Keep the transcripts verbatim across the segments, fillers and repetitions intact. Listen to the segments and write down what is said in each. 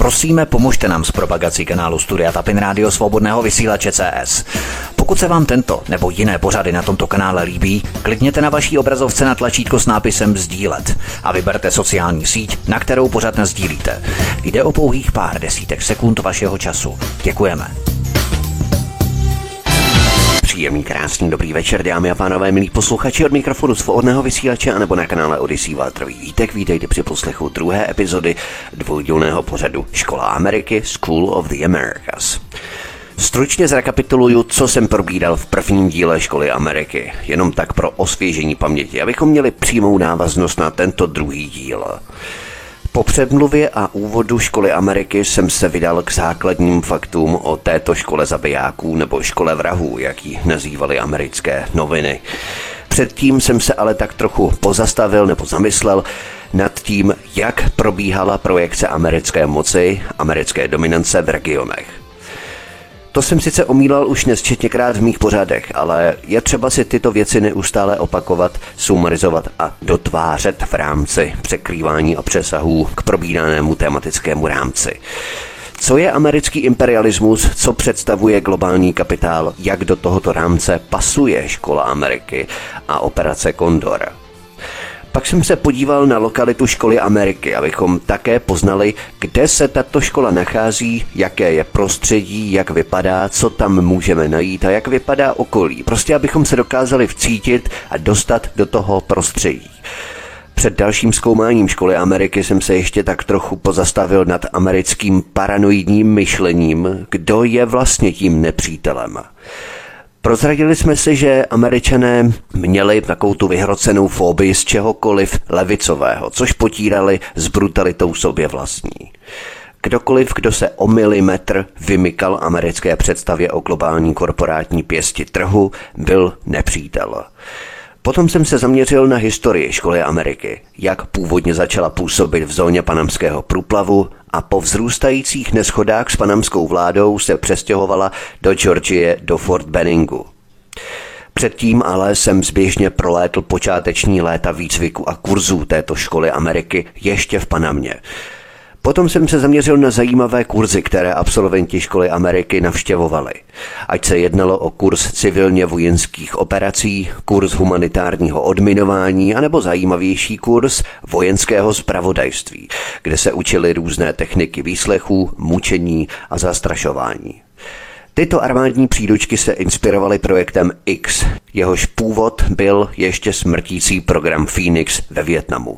Prosíme, pomožte nám s propagací kanálu Studia Tapin Rádio Svobodného vysílače C S. Pokud se vám tento nebo jiné pořady na tomto kanále líbí, klikněte na vaší obrazovce na tlačítko s nápisem sdílet a vyberte sociální síť, na kterou pořad nasdílíte. Jde o pouhých pár desítek sekund vašeho času. Děkujeme. Příjemný, krásný, dobrý večer, dámy a pánové, milí posluchači, od mikrofonu Svobodného vysílače anebo na kanále Odyssey Valtrový Vítek. Vítejte při poslechu druhé epizody dvoudílného pořadu Škola Ameriky, School of the Americas. Stručně zrekapituluju, co jsem probíral v prvním díle Školy Ameriky, jenom tak pro osvěžení paměti, abychom měli přímou návaznost na tento druhý díl. Po předmluvě a úvodu Školy Ameriky jsem se vydal k základním faktům o této škole zabijáků nebo škole vrahů, jak ji nazývaly americké noviny. Předtím jsem se ale tak trochu pozastavil nebo zamyslel nad tím, jak probíhala projekce americké moci, americké dominance v regionech. To jsem sice omílal už nesčetněkrát v mých pořadech, ale je třeba si tyto věci neustále opakovat, sumarizovat a dotvářet v rámci překrývání a přesahů k probíranému tematickému rámci. Co je americký imperialismus, co představuje globální kapitál, jak do tohoto rámce pasuje Škola Ameriky a operace Kondor. Pak jsem se podíval na lokalitu Školy Ameriky, abychom také poznali, kde se tato škola nachází, jaké je prostředí, jak vypadá, co tam můžeme najít a jak vypadá okolí. Prostě abychom se dokázali vcítit a dostat do toho prostředí. Před dalším zkoumáním Školy Ameriky jsem se ještě tak trochu pozastavil nad americkým paranoidním myšlením, kdo je vlastně tím nepřítelem. Prozradili jsme si, že Američané měli takovou tu vyhrocenou fóbii z čehokoliv levicového, což potírali s brutalitou sobě vlastní. Kdokoliv, kdo se o milimetr vymykal americké představě o globální korporátní pěsti trhu, byl nepřítel. Potom jsem se zaměřil na historii Školy Ameriky, jak původně začala působit v zóně panamského průplavu a po vzrůstajících neshodách s panamskou vládou se přestěhovala do Georgie do Fort Benningu. Předtím ale jsem zběžně prolétl počáteční léta výcviku a kurzů této Školy Ameriky ještě v Panamě. Potom jsem se zaměřil na zajímavé kurzy, které absolventi Školy Ameriky navštěvovali. Ať se jednalo o kurz civilně vojenských operací, kurz humanitárního odminování anebo zajímavější kurz vojenského zpravodajství, kde se učili různé techniky výslechů, mučení a zastrašování. Tyto armádní příručky se inspirovaly projektem X, jehož původ byl ještě smrtící program Phoenix ve Vietnamu.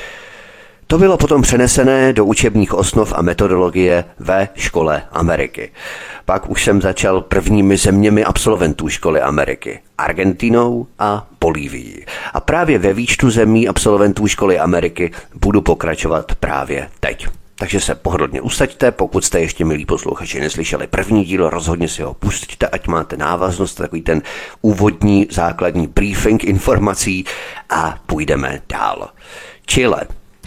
To bylo potom přenesené do učebních osnov a metodologie ve Škole Ameriky. Pak už jsem začal prvními zeměmi absolventů Školy Ameriky, Argentinou a Bolívií. A právě ve výčtu zemí absolventů Školy Ameriky budu pokračovat právě teď. Takže se pohodlně usaďte, pokud jste ještě, milí posluchači, neslyšeli první díl, rozhodně si ho pusťte, ať máte návaznost, takový ten úvodní základní briefing informací a půjdeme dál. Chile.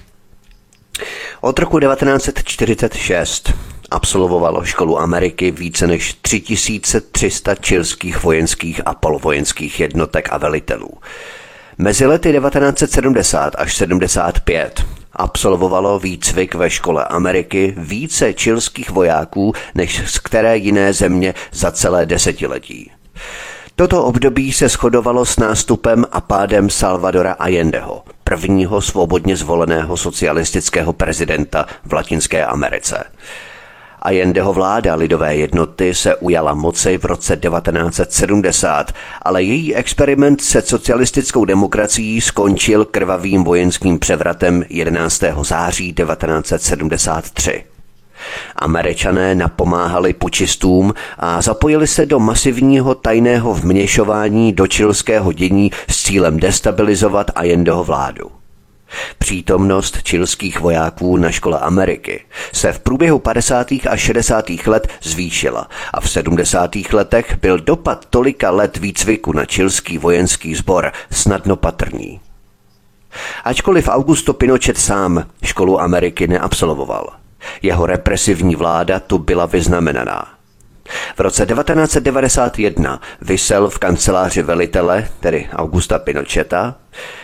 Od roku devatenáct set čtyřicet šest absolvovalo Školu Ameriky více než tři tisíce tři sta chilských vojenských a polovojenských jednotek a velitelů. Mezi lety devatenáct set sedmdesát až sedmdesát pět absolvovalo výcvik ve Škole Ameriky více chilských vojáků než z které jiné země za celé desetiletí. Toto období se shodovalo s nástupem a pádem Salvadora Allendeho, prvního svobodně zvoleného socialistického prezidenta v Latinské Americe. Allendeho vláda lidové jednoty se ujala moci v roce devatenáct set sedmdesát, ale její experiment se socialistickou demokracií skončil krvavým vojenským převratem jedenáctého září devatenáct set sedmdesát tři. Američané napomáhali pučistům a zapojili se do masivního tajného vměšování do chilského dění s cílem destabilizovat Allendeho vládu. Přítomnost chilských vojáků na Škole Ameriky se v průběhu padesátých a šedesátých let zvýšila a v sedmdesátých letech byl dopad tolika let výcviku na chilský vojenský sbor snadno patrný. Ačkoliv Augusto Pinochet sám Školu Ameriky neabsolvoval, jeho represivní vláda tu byla vyznamenaná. V roce devatenáct set devadesát jedna visel v kanceláři velitele, tedy Augusta Pinocheta,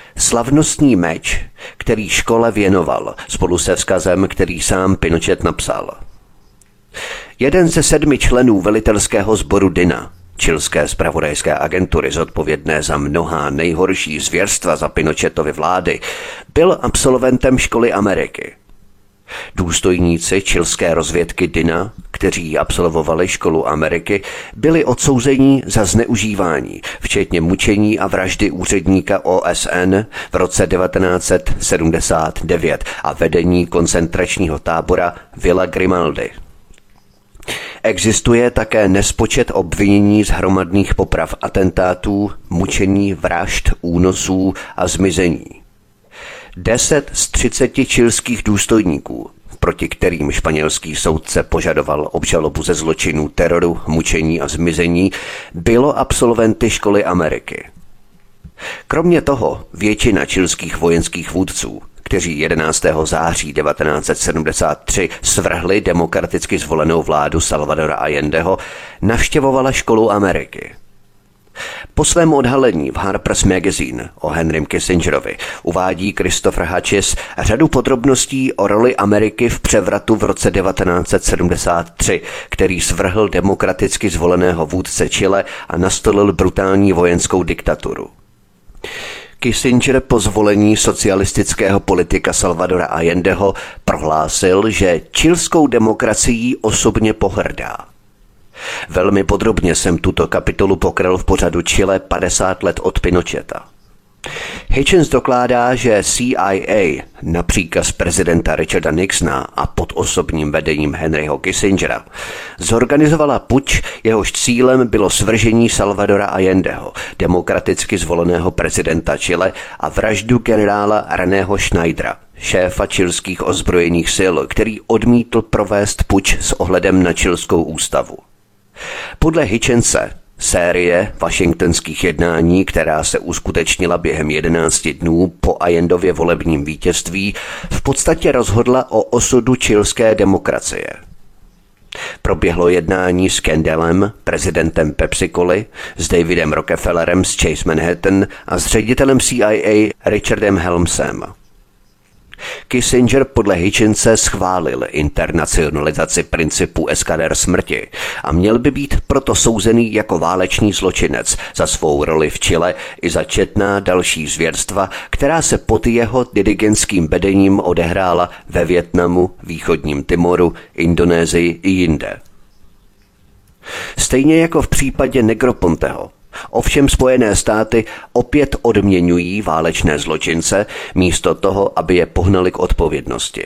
slavnostní meč, který škole věnoval, spolu se vzkazem, který sám Pinochet napsal. Jeden ze sedmi členů velitelského sboru D I N A, chilské zpravodajské agentury zodpovědné za mnohá nejhorší zvěrstva za Pinochetovy vlády, byl absolventem školy Ameriky. Důstojníci chilské rozvědky D I N A, kteří absolvovali školu Ameriky, byli odsouzeni za zneužívání, včetně mučení a vraždy úředníka O S N v roce devatenáct set sedmdesát devět a vedení koncentračního tábora Villa Grimaldi. Existuje také nespočet obvinění z hromadných poprav, atentátů, mučení, vražd, únosů a zmizení. Deset z třiceti chilských důstojníků, proti kterým španělský soudce požadoval obžalobu ze zločinů teroru, mučení a zmizení, bylo absolventy školy Ameriky. Kromě toho většina chilských vojenských vůdců, kteří jedenáctého září devatenáct set sedmdesát tři svrhli demokraticky zvolenou vládu Salvadora Allendeho, navštěvovala školu Ameriky. Po svém odhalení v Harper's Magazine o Henrym Kissingerovi uvádí Christopher Hutchins řadu podrobností o roli Ameriky v převratu v roce devatenáct set sedmdesát tři, který svrhl demokraticky zvoleného vůdce Chile a nastolil brutální vojenskou diktaturu. Kissinger po zvolení socialistického politika Salvadora Allendeho prohlásil, že chilskou demokracií osobně pohrdá. Velmi podrobně jsem tuto kapitolu pokryl v pořadu Chile padesát let od Pinocheta. Hitchens dokládá, že C I A na příkaz prezidenta Richarda Nixona a pod osobním vedením Henryho Kissingera zorganizovala puč, jehož cílem bylo svržení Salvadora Allendeho, demokraticky zvoleného prezidenta Chile, a vraždu generála Reného Schneidera, šéfa chilských ozbrojených sil, který odmítl provést puč s ohledem na chilskou ústavu. Podle Hitchense série washingtonských jednání, která se uskutečnila během jedenácti dnů po Allendově volebním vítězství, v podstatě rozhodla o osudu chilské demokracie. Proběhlo jednání s Kendallem, prezidentem Pepsi-Coly, s Davidem Rockefellerem z Chase Manhattan a s ředitelem C I A Richardem Helmsem. Kissinger podle Hitchense schválil internacionalizaci principu eskader smrti a měl by být proto souzený jako válečný zločinec za svou roli v Chile i za četná další zvěrstva, která se pod jeho dirigentským vedením odehrála ve Vietnamu, východním Timoru, Indonésii i jinde. Stejně jako v případě Negroponteho, ovšem Spojené státy opět odměňují válečné zločince místo toho, aby je pohnali k odpovědnosti.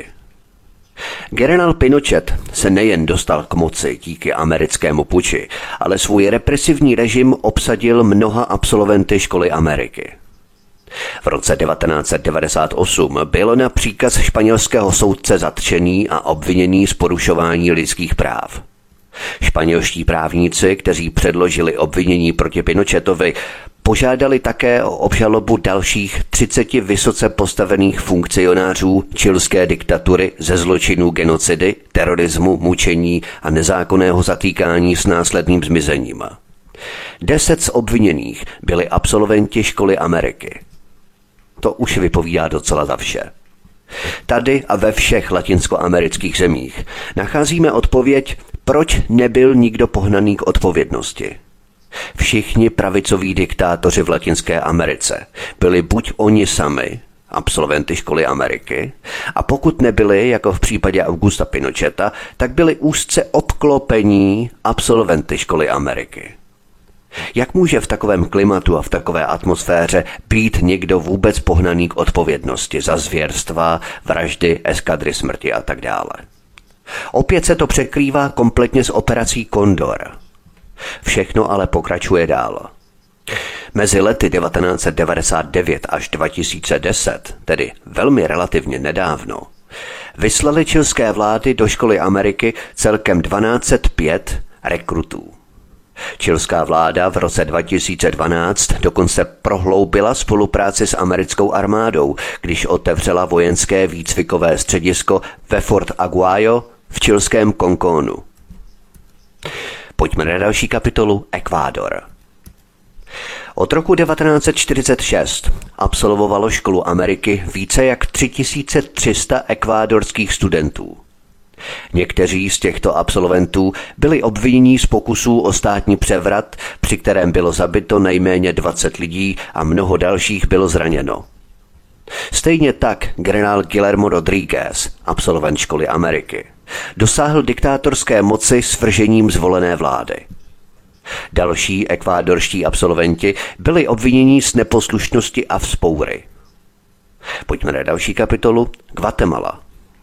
Generál Pinochet se nejen dostal k moci díky americkému puči, ale svůj represivní režim obsadil mnoha absolventy školy Ameriky. V roce devatenáct set devadesát osm byl na příkaz španělského soudce zatčený a obviněný z porušování lidských práv. Španělští právníci, kteří předložili obvinění proti Pinochetovi, požádali také o obžalobu dalších třiceti vysoce postavených funkcionářů chilské diktatury ze zločinů genocidy, terorismu, mučení a nezákonného zatýkání s následným zmizením. Deset z obviněných byli absolventi školy Ameriky. To už vypovídá docela za vše. Tady a ve všech latinskoamerických zemích nacházíme odpověď, proč nebyl nikdo pohnaný k odpovědnosti. Všichni pravicoví diktátoři v Latinské Americe byli buď oni sami, absolventy školy Ameriky, a pokud nebyli, jako v případě Augusta Pinocheta, tak byli úzce obklopení absolventy školy Ameriky. Jak může v takovém klimatu a v takové atmosféře být někdo vůbec pohnaný k odpovědnosti za zvěrstva, vraždy, eskadry smrti a tak dále? Opět se to překrývá kompletně s operací Kondor. Všechno ale pokračuje dál. Mezi lety devatenáct set devadesát devět až dva tisíce deset, tedy velmi relativně nedávno, vyslali chilské vlády do školy Ameriky celkem dvanáct set pět rekrutů. Chilská vláda v roce dva tisíce dvanáct dokonce prohloubila spolupráci s americkou armádou, když otevřela vojenské výcvikové středisko ve Fort Aguayo v chilském Conconu. Pojďme na další kapitolu Ekvádor. Od roku devatenáct set čtyřicet šest absolvovalo školu Ameriky více jak tři tisíce tři sta ekvádorských studentů. Někteří z těchto absolventů byli obviněni z pokusů o státní převrat, při kterém bylo zabito nejméně dvacet lidí a mnoho dalších bylo zraněno. Stejně tak generál Guillermo Rodríguez, absolvent školy Ameriky, dosáhl diktátorské moci svržením zvolené vlády. Další ekvádorští absolventi byli obviněni z neposlušnosti a vzpoury. Pojďme na další kapitolu. Guatemala.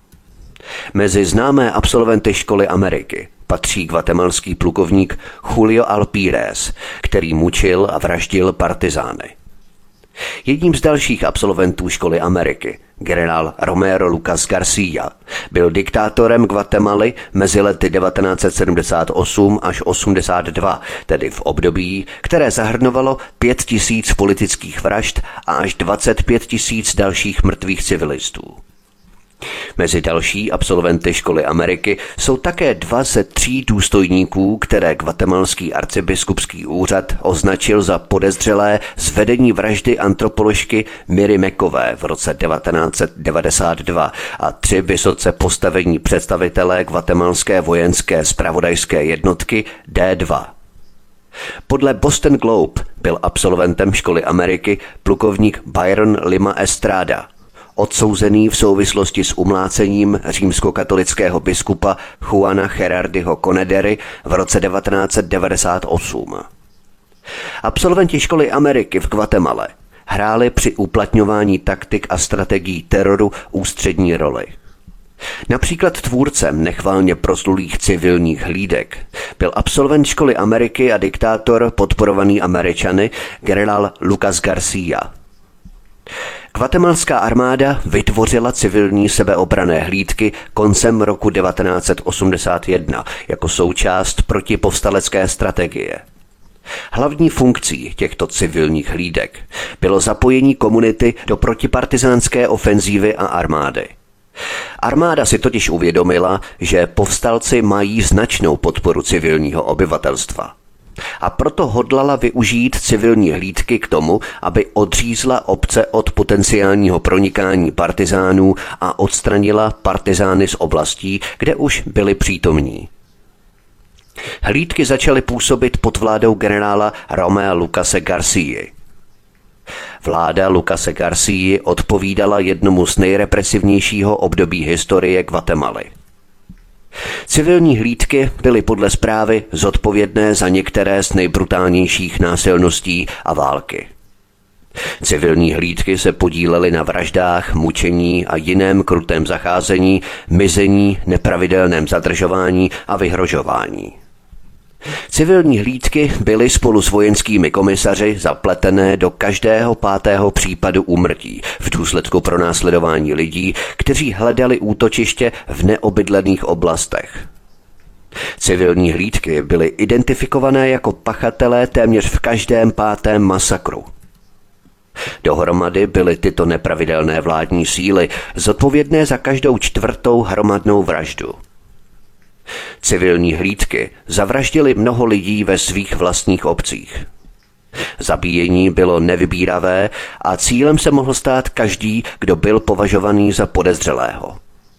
Mezi známé absolventy školy Ameriky patří guatemalský plukovník Julio Alpírez, který mučil a vraždil partizány. Jedním z dalších absolventů školy Ameriky, generál Romero Lucas García, byl diktátorem Guatemaly mezi lety devatenáct set sedmdesát osm až osmdesát dva, tedy v období, které zahrnovalo pět tisíc politických vražd a až dvacet pět tisíc dalších mrtvých civilistů. Mezi další absolventy školy Ameriky jsou také dva ze tří důstojníků, které guatemalský arcibiskupský úřad označil za podezřelé z vedení vraždy antropoložky Miri Mekové v roce devatenáct set devadesát dva a tři vysoce postavení představitelé guatemalské vojenské zpravodajské jednotky D dva. Podle Boston Globe byl absolventem školy Ameriky plukovník Byron Lima Estrada, odsouzený v souvislosti s umlácením římskokatolického biskupa Juana Gerardyho Conedery v roce devatenáct set devadesát osm. Absolventi školy Ameriky v Guatemale hráli při uplatňování taktik a strategií teroru ústřední roli. Například tvůrcem nechvalně proslulých civilních hlídek byl absolvent školy Ameriky a diktátor podporovaný Američany generál Lucas García. Guatemalská armáda vytvořila civilní sebeobranné hlídky koncem roku devatenáct set osmdesát jedna jako součást protipovstalecké strategie. Hlavní funkcí těchto civilních hlídek bylo zapojení komunity do protipartizánské ofenzívy a armády. Armáda si totiž uvědomila, že povstalci mají značnou podporu civilního obyvatelstva. A proto hodlala využít civilní hlídky k tomu, aby odřízla obce od potenciálního pronikání partizánů a odstranila partizány z oblastí, kde už byli přítomní. Hlídky začaly působit pod vládou generála Romea Lucase Garcii. Vláda Lucase Garcii odpovídala jednomu z nejrepresivnějšího období historie Guatemaly. Civilní hlídky byly podle zprávy zodpovědné za některé z nejbrutálnějších násilností a války. Civilní hlídky se podílely na vraždách, mučení a jiném krutém zacházení, mizení, nepravidelném zadržování a vyhrožování. Civilní hlídky byly spolu s vojenskými komisaři zapletené do každého pátého případu úmrtí v důsledku pronásledování lidí, kteří hledali útočiště v neobydlených oblastech. Civilní hlídky byly identifikované jako pachatelé téměř v každém pátém masakru. Dohromady byly tyto nepravidelné vládní síly zodpovědné za každou čtvrtou hromadnou vraždu. Civilní hlídky zavraždili mnoho lidí ve svých vlastních obcích. Zabíjení bylo nevybíravé a cílem se mohl stát každý, kdo byl považovaný za podezřelého.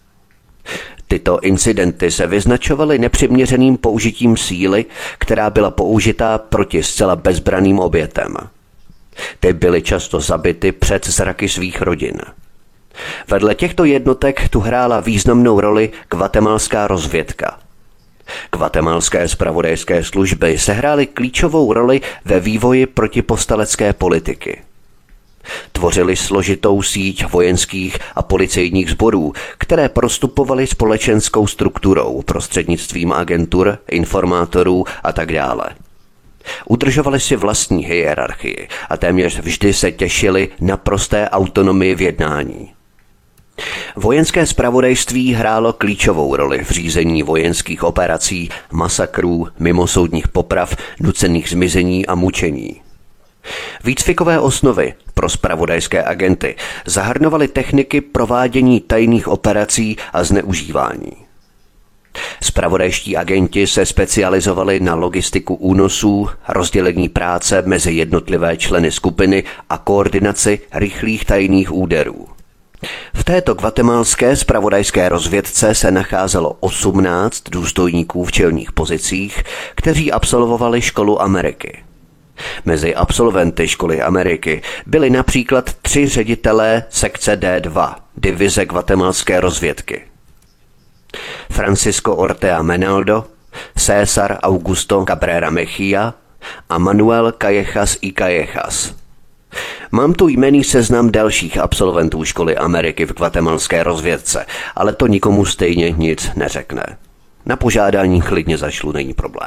Tyto incidenty se vyznačovaly nepřiměřeným použitím síly, která byla použitá proti zcela bezbranným obětem. Ty byly často zabity před zraky svých rodin. Vedle těchto jednotek tu hrála významnou roli guatemalská rozvědka. Guatemalské zpravodajské služby sehrály klíčovou roli ve vývoji protipovstalecké politiky. Tvořili složitou síť vojenských a policejních sborů, které prostupovaly společenskou strukturou prostřednictvím agentur, informátorů a tak dále. Udržovali si vlastní hierarchii a téměř vždy se těšili naprosté autonomii v jednání. Vojenské zpravodajství hrálo klíčovou roli v řízení vojenských operací, masakrů, mimosoudních poprav, nucených zmizení a mučení. Výcvikové osnovy pro zpravodajské agenty zahrnovaly techniky provádění tajných operací a zneužívání. Zpravodajští agenti se specializovali na logistiku únosů, rozdělení práce mezi jednotlivé členy skupiny a koordinaci rychlých tajných úderů. V této guatemalské zpravodajské rozvědce se nacházelo osmnáct důstojníků v čelních pozicích, kteří absolvovali školu Ameriky. Mezi absolventy školy Ameriky byli například tři ředitelé sekce D dva, divize guatemalské rozvědky. Francisco Ortea Menaldo, César Augusto Cabrera Mejía a Manuel Callejas y Callejas. Mám tu jmenný seznam dalších absolventů školy Ameriky v guatemalské rozvědce, ale to nikomu stejně nic neřekne. Na požádání klidně zašlu, není problém.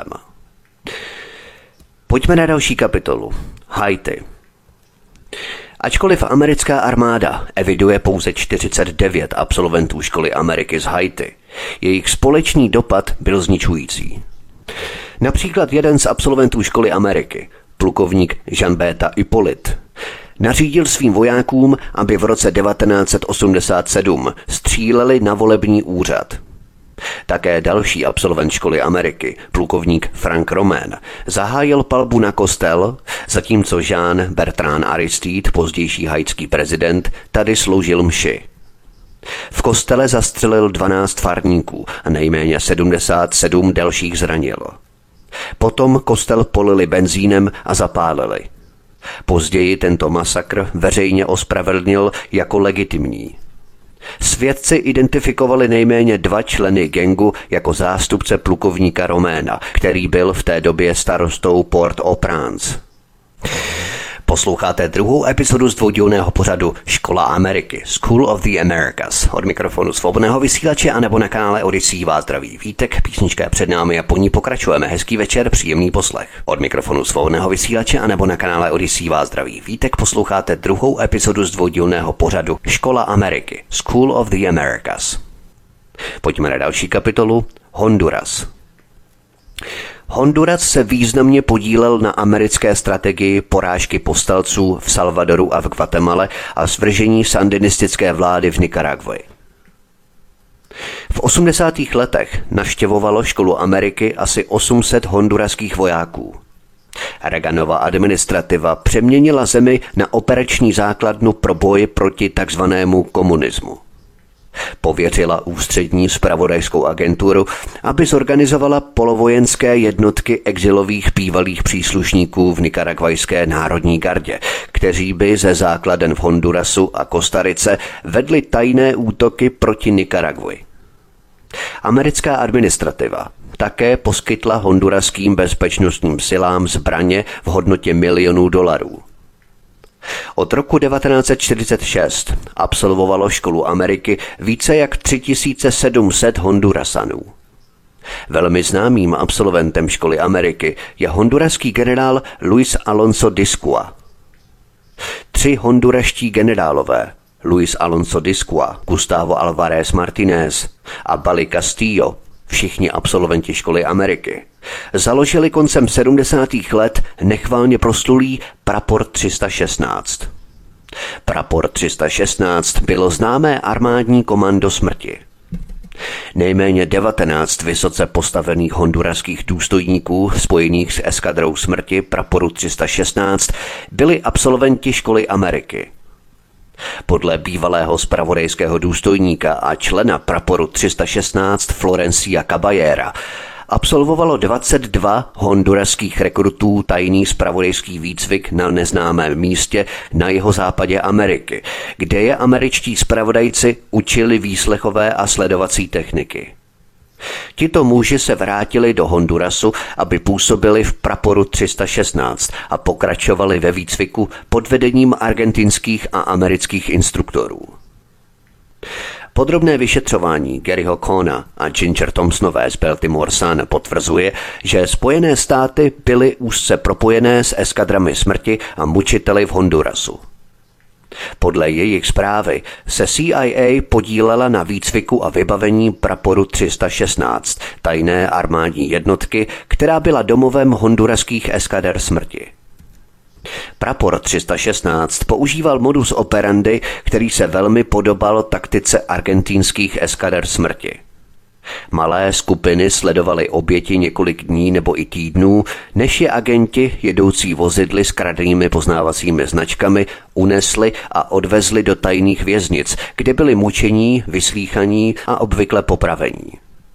Pojďme na další kapitolu. Haiti. Ačkoliv americká armáda eviduje pouze čtyřicet devět absolventů školy Ameriky z Haiti, jejich společný dopad byl zničující. Například jeden z absolventů školy Ameriky, plukovník Jean-Baptiste Hippolyte, nařídil svým vojákům, aby v roce devatenáct set osmdesát sedm stříleli na volební úřad. Také další absolvent školy Ameriky, plukovník Frank Romain, zahájil palbu na kostel, zatímco Jean Bertrand Aristide, pozdější haitský prezident, tady sloužil mši. V kostele zastřelil dvanáct farníků a nejméně sedmdesát sedm dalších zranil. Potom kostel polili benzínem a zapálili. Později tento masakr veřejně ospravedlnil jako legitimní. Svědci identifikovali nejméně dva členy gangu jako zástupce plukovníka Romaina, který byl v té době starostou Port-au-Prince. Posloucháte druhou epizodu z dvoudílného pořadu Škola Ameriky, School of the Americas. Od mikrofonu svobodného vysílače a nebo na kanále Odyssey vás zdraví Vítek, písnička je před námi a po ní pokračujeme. Hezký večer, příjemný poslech. Od mikrofonu svobodného vysílače a nebo na kanále Odyssey vás zdraví Vítek, posloucháte druhou epizodu z dvoudílného pořadu Škola Ameriky, School of the Americas. Pojďme na další kapitolu. Honduras. Honduras se významně podílel na americké strategii porážky povstalců v Salvadoru a v Guatemale a svržení sandinistické vlády v Nikaragui. V osmdesátých letech navštěvovalo školu Ameriky asi osm set honduraských vojáků. Reaganova administrativa přeměnila zemi na operační základnu pro boj proti takzvanému komunismu. Pověřila ústřední zpravodajskou agenturu, aby zorganizovala polovojenské jednotky exilových bývalých příslušníků v nikaragvajské národní gardě, kteří by ze základen v Hondurasu a Kostarice vedli tajné útoky proti Nikaragui. Americká administrativa také poskytla honduraským bezpečnostním silám zbraně v hodnotě milionů dolarů. Od roku devatenáct set čtyřicet šest absolvovalo školu Ameriky více jak tři tisíce sedm set Hondurasanů. Velmi známým absolventem školy Ameriky je honduraský generál Luis Alonso Discua. Tři honduraští generálové, Luis Alonso Discua, Gustavo Alvarez Martinez a Bali Castillo, všichni absolventi školy Ameriky, založili koncem sedmdesátých let nechvalně proslulý Prapor tři sta šestnáct. Prapor tři sta šestnáct bylo známé armádní komando smrti. Nejméně devatenáct vysoce postavených honduraských důstojníků spojených s eskadrou smrti Praporu tři sta šestnáct byli absolventi školy Ameriky. Podle bývalého zpravodajského důstojníka a člena Praporu tři sta šestnáct Florencia Caballera absolvovalo dvacet dva honduraských rekrutů tajný zpravodajský výcvik na neznámém místě na jihozápadě Ameriky, kde je američtí zpravodajci učili výslechové a sledovací techniky. Tito muži se vrátili do Hondurasu, aby působili v Praporu tři sta šestnáct a pokračovali ve výcviku pod vedením argentinských a amerických instruktorů. Podrobné vyšetřování Garyho Kohna a Ginger Thompsonové z Baltimore Sun potvrzuje, že Spojené státy byly úzce propojené s eskadrami smrti a mučiteli v Hondurasu. Podle jejich zprávy se C I A podílela na výcviku a vybavení Praporu tři sta šestnáct, tajné armádní jednotky, která byla domovem honduraských eskader smrti. Prapor tři sta šestnáct používal modus operandi, který se velmi podobal taktice argentinských eskader smrti. Malé skupiny sledovaly oběti několik dní nebo i týdnů, než je agenti jedoucí vozidly s kradenými poznávacími značkami unesli a odvezli do tajných věznic, kde byli mučení, vyslýchaní a obvykle popravení.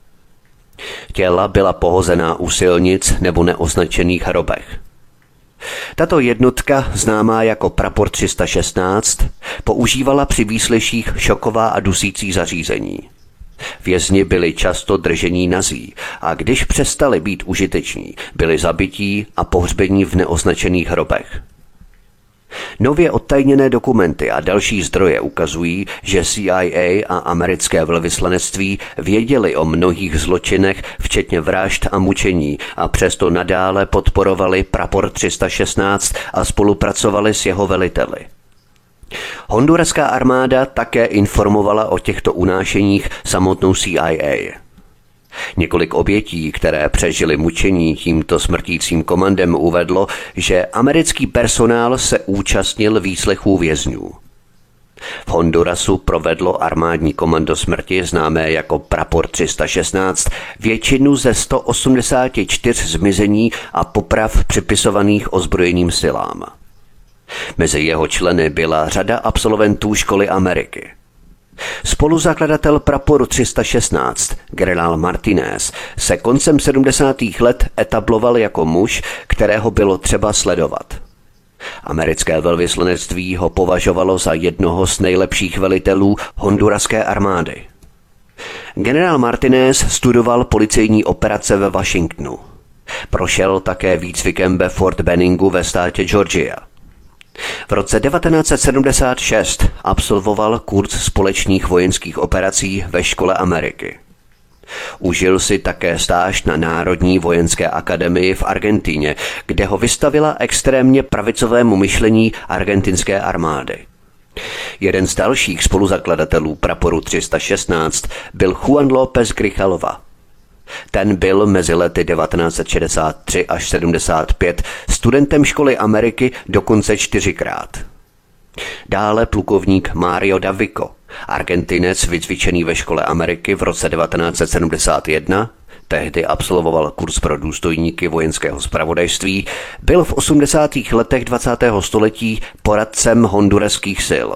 Těla byla pohozená u silnic nebo neoznačených hrobech. Tato jednotka, známá jako Prapor tři sta šestnáct, používala při výsleších šoková a dusící zařízení. Vězni byli často držení nazí a když přestali být užiteční, byli zabití a pohřbení v neoznačených hrobech. Nově odtajněné dokumenty a další zdroje ukazují, že C I A a americké velvyslanectví věděli o mnohých zločinech, včetně vražd a mučení, a přesto nadále podporovali Prapor tři sta šestnáct a spolupracovali s jeho veliteli. Honduraská armáda také informovala o těchto unášeních samotnou C I A. Několik obětí, které přežili mučení tímto smrtícím komandem, uvedlo, že americký personál se účastnil výslechů vězňů. V Hondurasu provedlo armádní komando smrti, známé jako Prapor tři sta šestnáct, většinu ze sto osmdesát čtyři zmizení a poprav připisovaných ozbrojeným silám. Mezi jeho členy byla řada absolventů školy Ameriky. Spoluzakladatel Praporu tři sta šestnáct, generál Martinez, se koncem sedmdesátých let etabloval jako muž, kterého bylo třeba sledovat. Americké velvyslanectví ho považovalo za jednoho z nejlepších velitelů honduraské armády. Generál Martinez studoval policejní operace ve Washingtonu. Prošel také výcvikem ve Fort Benningu ve státě Georgia. V roce devatenáct set sedmdesát šest absolvoval kurz společných vojenských operací ve škole Ameriky. Užil si také stáž na Národní vojenské akademii v Argentíně, kde ho vystavila extrémně pravicovému myšlení argentinské armády. Jeden z dalších spoluzakladatelů Praporu tři sta šestnáct byl Juan López Grijalva. Ten byl mezi lety devatenáct set šedesát tři až sedmdesát pět studentem školy Ameriky dokonce čtyřikrát. Dále plukovník Mario Davico, Argentinec vycvičený ve škole Ameriky v roce devatenáct set sedmdesát jedna, tehdy absolvoval kurz pro důstojníky vojenského zpravodajství, byl v osmdesátých letech dvacátého století poradcem honduraských sil.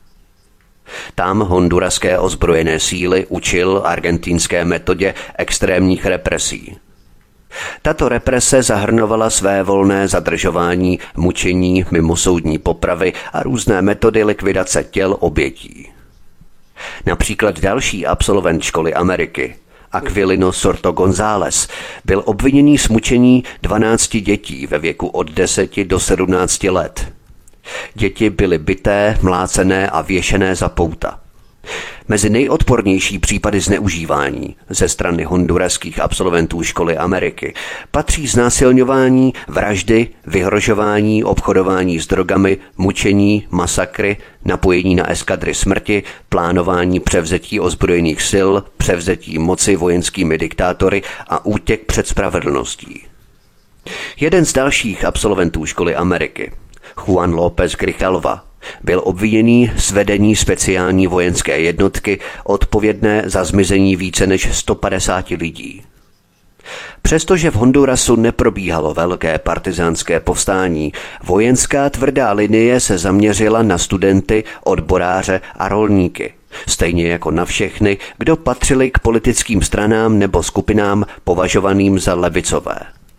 Tam honduraské ozbrojené síly učil argentinské metodě extrémních represí. Tato represe zahrnovala svévolné zadržování, mučení, mimosoudní popravy a různé metody likvidace těl obětí. Například další absolvent školy Ameriky, Aquilino Soto González, byl obviněný z mučení dvanácti dětí ve věku od deseti do sedmnácti let. Děti byly bité, mlácené a věšené za pouta. Mezi nejodpornější případy zneužívání ze strany honduraských absolventů školy Ameriky patří znásilňování, vraždy, vyhrožování, obchodování s drogami, mučení, masakry, napojení na eskadry smrti, plánování převzetí ozbrojených sil, převzetí moci vojenskými diktátory a útěk před spravedlností. Jeden z dalších absolventů školy Ameriky, Juan López Grijalva, byl obviněný z vedení speciální vojenské jednotky odpovědné za zmizení více než sto padesáti lidí. Přestože v Hondurasu neprobíhalo velké partyzánské povstání, vojenská tvrdá linie se zaměřila na studenty, odboráře a rolníky, stejně jako na všechny, kdo patřili k politickým stranám nebo skupinám považovaným za levicové.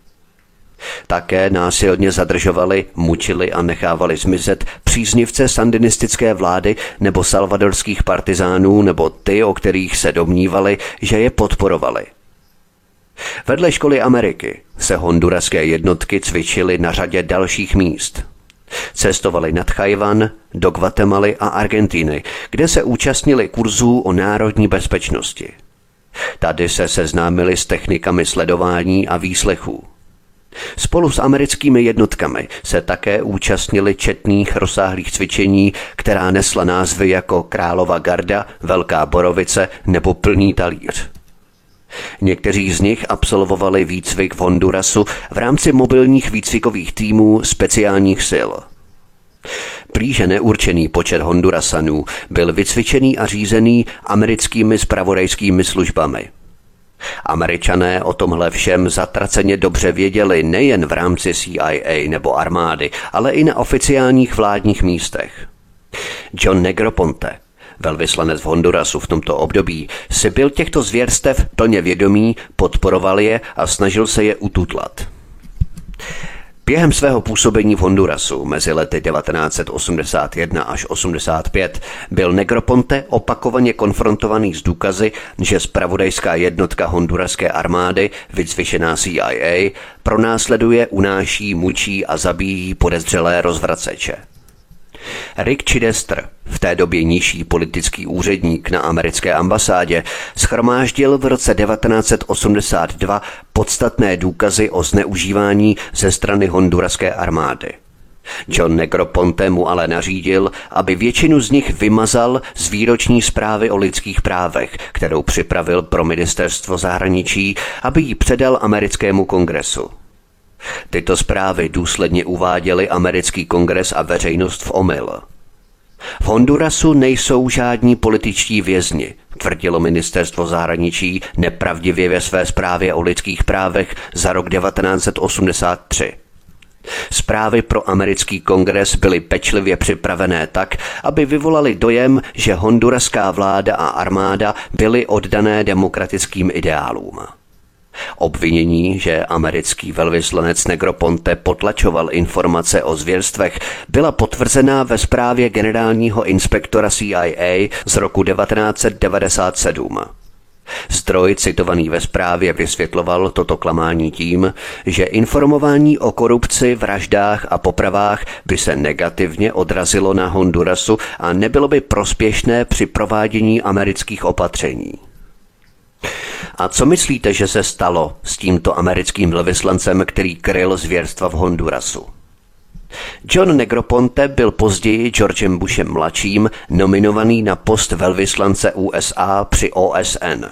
Také násilně zadržovali, mučili a nechávali zmizet příznivce sandinistické vlády nebo salvadorských partizánů nebo ty, o kterých se domnívali, že je podporovali. Vedle školy Ameriky se honduraské jednotky cvičily na řadě dalších míst. Cestovali nad Chajvan, do Guatemaly a Argentiny, kde se účastnili kurzů o národní bezpečnosti. Tady se seznámili s technikami sledování a výslechů. Spolu s americkými jednotkami se také účastnili četných rozsáhlých cvičení, která nesla názvy jako Králova garda, Velká borovice nebo Plný talíř. Někteří z nich absolvovali výcvik v Hondurasu v rámci mobilních výcvikových týmů speciálních sil. Blíže neurčený počet Hondurasanů byl vycvičený a řízený americkými zpravodajskými službami. Američané o tomhle všem zatraceně dobře věděli nejen v rámci C I A nebo armády, ale i na oficiálních vládních místech. John Negroponte, velvyslanec v Hondurasu v tomto období, si byl těchto zvěrstev plně vědomý, podporoval je a snažil se je ututlat. Během svého působení v Hondurasu mezi lety devatenáct set osmdesát jedna až osmdesát pět byl Negroponte opakovaně konfrontovaný s důkazy, že zpravodajská jednotka honduraské armády, vycvičená C I A, pronásleduje, unáší, mučí a zabíjí podezřelé rozvraceče. Rick Chidester, v té době nižší politický úředník na americké ambasádě, shromáždil v roce devatenáct set osmdesát dva podstatné důkazy o zneužívání ze strany honduraské armády. John Negroponte mu ale nařídil, aby většinu z nich vymazal z výroční zprávy o lidských právech, kterou připravil pro ministerstvo zahraničí, aby ji předal americkému kongresu. Tyto zprávy důsledně uváděly americký kongres a veřejnost v omyl. V Hondurasu nejsou žádní političtí vězni, tvrdilo ministerstvo zahraničí nepravdivě ve své zprávě o lidských právech za rok devatenáct set osmdesát tři. Zprávy pro americký kongres byly pečlivě připravené tak, aby vyvolaly dojem, že honduraská vláda a armáda byly oddané demokratickým ideálům. Obvinění, že americký velvyslanec Negroponte potlačoval informace o zvěrstvech, byla potvrzená ve zprávě generálního inspektora C I A z roku devatenáct set devadesát sedm. Zdroj citovaný ve zprávě vysvětloval toto klamání tím, že informování o korupci, vraždách a popravách by se negativně odrazilo na Hondurasu a nebylo by prospěšné při provádění amerických opatření. A co myslíte, že se stalo s tímto americkým velvyslancem, který kryl zvěrstva v Hondurasu? John Negroponte byl později Georgem Bushem mladším nominovaný na post velvyslance U S A při O S N.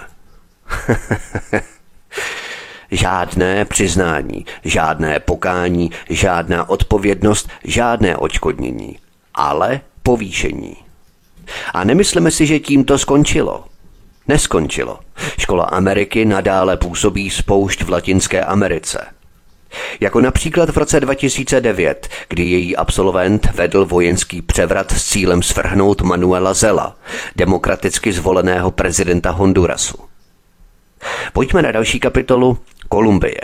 Žádné přiznání, žádné pokání, žádná odpovědnost, žádné odškodnění, ale povýšení. A nemyslíme si, že tím to skončilo. Neskončilo. Škola Ameriky nadále působí spoušť v Latinské Americe. Jako například v roce dva tisíce devět, kdy její absolvent vedl vojenský převrat s cílem svrhnout Manuela Zela, demokraticky zvoleného prezidenta Hondurasu. Pojďme na další kapitolu Kolumbie.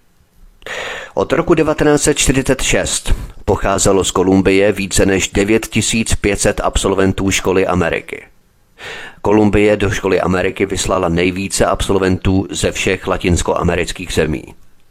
Od roku devatenáct set čtyřicet šest pocházelo z Kolumbie více než devět tisíc pět set absolventů školy Ameriky. Kolumbie do školy Ameriky vyslala nejvíce absolventů ze všech latinskoamerických zemí.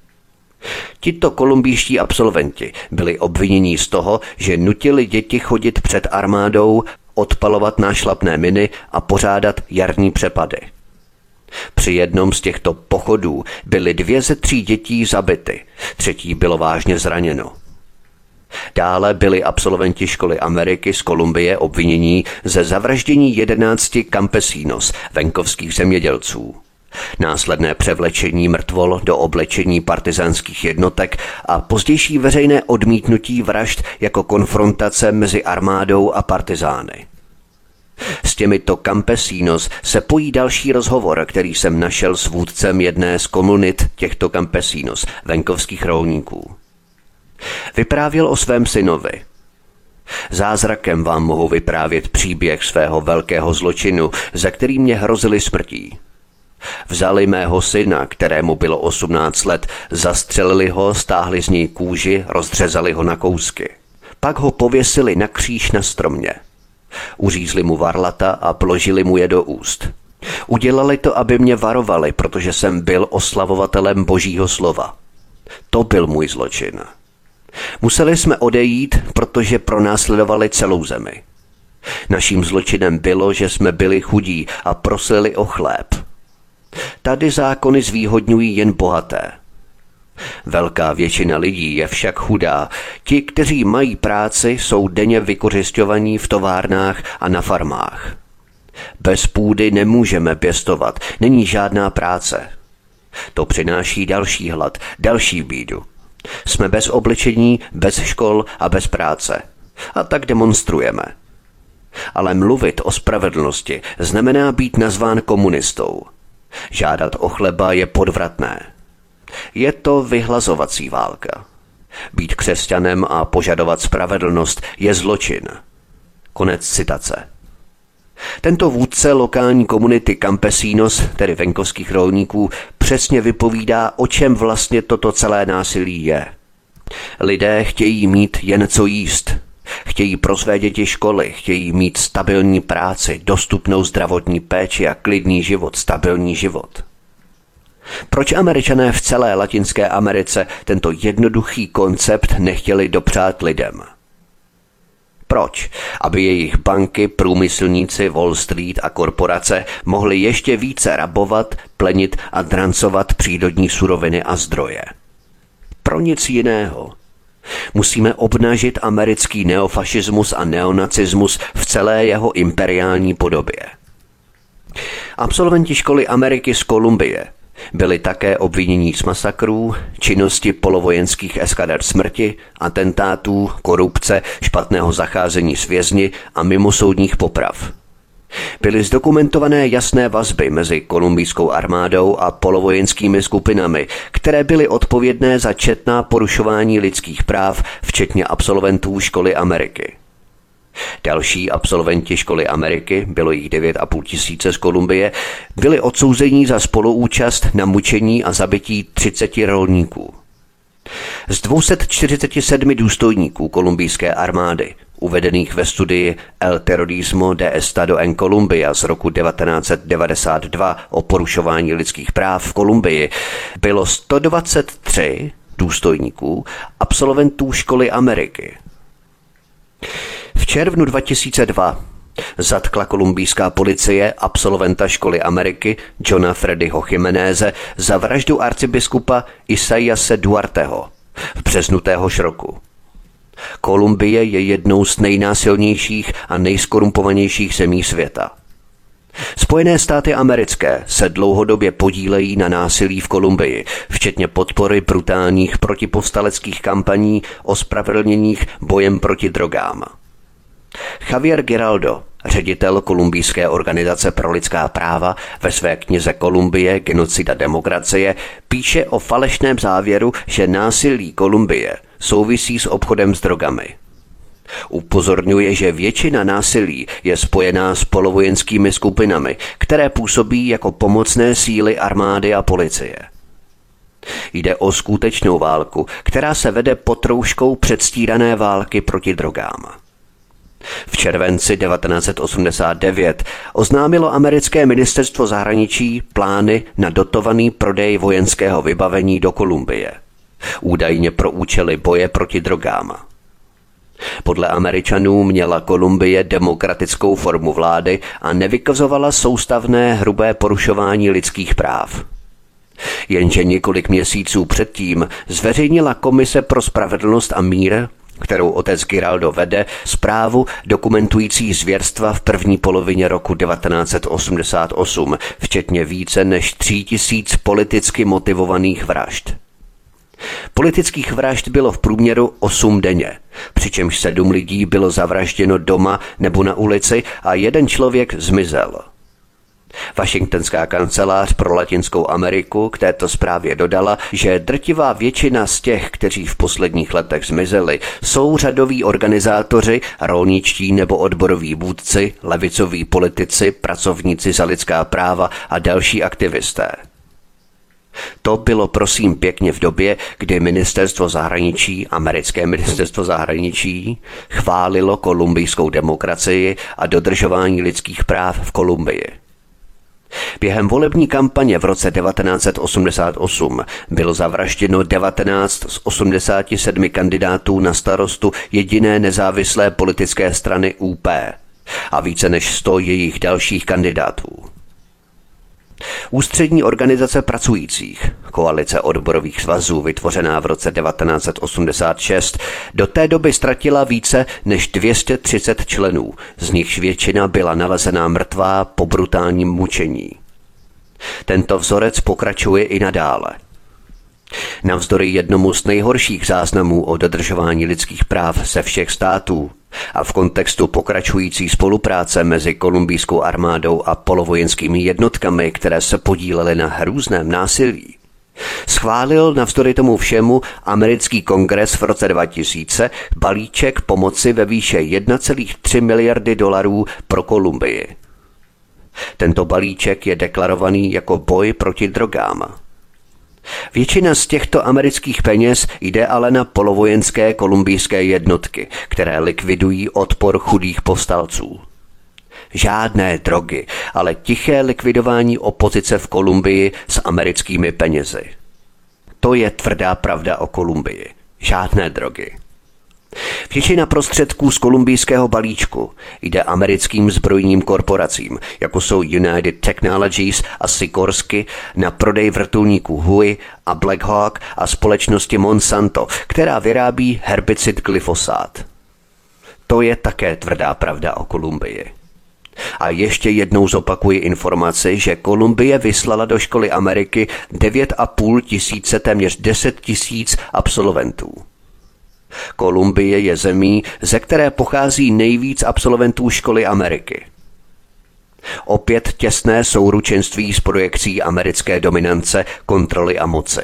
Tito kolumbijští absolventi byli obviněni z toho, že nutili děti chodit před armádou, odpalovat nášlapné miny a pořádat jarní přepady. Při jednom z těchto pochodů byly dvě ze tří dětí zabity, třetí bylo vážně zraněno. Dále byli absolventi školy Ameriky z Kolumbie obvinění ze zavraždění jedenácti campesinos, venkovských zemědělců. Následné převlečení mrtvol do oblečení partizánských jednotek a pozdější veřejné odmítnutí vražd jako konfrontace mezi armádou a partizány. S těmito campesinos se pojí další rozhovor, který jsem našel s vůdcem jedné z komunit těchto campesinos, venkovských rolníků. Vyprávěl o svém synovi. Zázrakem vám mohu vyprávět příběh svého velkého zločinu, za který mě hrozili smrtí. Vzali mého syna, kterému bylo osmnáct let, zastřelili ho, stáhli z něj kůži, rozřezali ho na kousky. Pak ho pověsili na kříž na stromě. Uřízli mu varlata a položili mu je do úst. Udělali to, aby mě varovali, protože jsem byl oslavovatelem Božího slova. To byl můj zločin. Museli jsme odejít, protože pronásledovali celou zemi. Naším zločinem bylo, že jsme byli chudí a prosili o chléb. Tady zákony zvýhodňují jen bohaté. Velká většina lidí je však chudá. Ti, kteří mají práci, jsou denně vykořisťovaní v továrnách a na farmách. Bez půdy nemůžeme pěstovat, není žádná práce. To přináší další hlad, další bídu. Jsme bez oblečení, bez škol a bez práce. A tak demonstrujeme. Ale mluvit o spravedlnosti znamená být nazván komunistou. Žádat o chleba je podvratné. Je to vyhlazovací válka. Být křesťanem a požadovat spravedlnost je zločin. Konec citace. Tento vůdce lokální komunity campesinos, tedy venkovských rolníků, přesně vypovídá, o čem vlastně toto celé násilí je. Lidé chtějí mít jen co jíst. Chtějí pro své děti školy, chtějí mít stabilní práci, dostupnou zdravotní péči a klidný život, stabilní život. Proč Američané v celé Latinské Americe tento jednoduchý koncept nechtěli dopřát lidem? Proč? Aby jejich banky, průmyslníci, Wall Street a korporace mohli ještě více rabovat, plenit a drancovat přírodní suroviny a zdroje. Pro nic jiného. Musíme obnažit americký neofašismus a neonacismus v celé jeho imperiální podobě. Absolventi školy Ameriky z Kolumbie byli také obvinění z masakrů, činnosti polovojenských eskader smrti, atentátů, korupce, špatného zacházení s vězni a mimosoudních poprav. Byly zdokumentované jasné vazby mezi kolumbijskou armádou a polovojenskými skupinami, které byly odpovědné za četná porušování lidských práv, včetně absolventů školy Ameriky. Další absolventi školy Ameriky, bylo jich devět a půl tisíce z Kolumbie, byli odsouzeni za spoluúčast na mučení a zabití třiceti rolníků. Z dvě stě čtyřicet sedm důstojníků kolumbijské armády, uvedených ve studii El Terrorismo de Estado en Colombia z roku devatenáct set devadesát dva o porušování lidských práv v Kolumbii, bylo sto dvacet tři důstojníků absolventů školy Ameriky. V červnu dva tisíce dva zatkla kolumbijská policie absolventa školy Ameriky Johna Freddyho Jiméneze za vraždu arcibiskupa Isaiase Duarteho v březnu téhož roku. Kolumbie je jednou z nejnásilnějších a nejskorumpovanějších zemí světa. Spojené státy americké se dlouhodobě podílejí na násilí v Kolumbii, včetně podpory brutálních protipovstaleckých kampaní ospravedlněných bojem proti drogám. Javier Giraldo, ředitel kolumbijské organizace pro lidská práva, ve své knize Kolumbie, genocida demokracie, píše o falešném závěru, že násilí Kolumbie souvisí s obchodem s drogami. Upozorňuje, že většina násilí je spojená s polovojenskými skupinami, které působí jako pomocné síly armády a policie. Jde o skutečnou válku, která se vede pod rouškou předstírané války proti drogám. V červenci devatenáct set osmdesát devět oznámilo americké ministerstvo zahraničí plány na dotovaný prodej vojenského vybavení do Kolumbie, údajně pro účely boje proti drogám. Podle Američanů měla Kolumbie demokratickou formu vlády a nevykazovala soustavné hrubé porušování lidských práv. Jenže několik měsíců předtím zveřejnila Komise pro spravedlnost a mír, kterou otec Giraldo vede, zprávu dokumentující zvěrstva v první polovině roku devatenáct set osmdesát osm, včetně více než tří tisíc politicky motivovaných vražd. Politických vražd bylo v průměru osm denně, přičemž sedm lidí bylo zavražděno doma nebo na ulici a jeden člověk zmizel. Washingtonská kancelář pro Latinskou Ameriku k této zprávě dodala, že drtivá většina z těch, kteří v posledních letech zmizeli, jsou řadoví organizátoři, rolničtí nebo odboroví vůdci, levicoví politici, pracovníci za lidská práva a další aktivisté. To bylo prosím pěkně v době, kdy ministerstvo zahraničí, americké ministerstvo zahraničí, chválilo kolumbijskou demokracii a dodržování lidských práv v Kolumbii. Během volební kampaně v roce devatenáct set osmdesát osm bylo zavražděno devatenáct z osmdesáti sedmi kandidátů na starostu jediné nezávislé politické strany U P a více než sto jejich dalších kandidátů. Ústřední organizace pracujících, koalice odborových svazů vytvořená v roce devatenáct set osmdesát šest, do té doby ztratila více než dvě stě třicet členů, z nichž většina byla nalezená mrtvá po brutálním mučení. Tento vzorec pokračuje i nadále. Navzdory jednomu z nejhorších záznamů o dodržování lidských práv ze všech států, A v kontextu pokračující spolupráce mezi kolumbijskou armádou a polovojenskými jednotkami, které se podílely na hrůzném násilí, schválil navzdory tomu všemu americký kongres v roce dva tisíce balíček pomoci ve výše jedna celá tři miliardy dolarů pro Kolumbii. Tento balíček je deklarovaný jako boj proti drogám. Většina z těchto amerických peněz jde ale na polovojenské kolumbijské jednotky, které likvidují odpor chudých povstalců. Žádné drogy, ale tiché likvidování opozice v Kolumbii s americkými penězi. To je tvrdá pravda o Kolumbii. Žádné drogy. Většina prostředků z kolumbijského balíčku jde americkým zbrojním korporacím, jako jsou United Technologies a Sikorsky, na prodej vrtulníků Huey a Black Hawk a společnosti Monsanto, která vyrábí herbicid glyfosát. To je také tvrdá pravda o Kolumbii. A ještě jednou zopakuji informaci, že Kolumbie vyslala do školy Ameriky devět a půl tisíce, téměř deset tisíc absolventů. Kolumbie je zemí, ze které pochází nejvíc absolventů školy Ameriky. Opět těsné souručenství s projekcí americké dominance, kontroly a moci.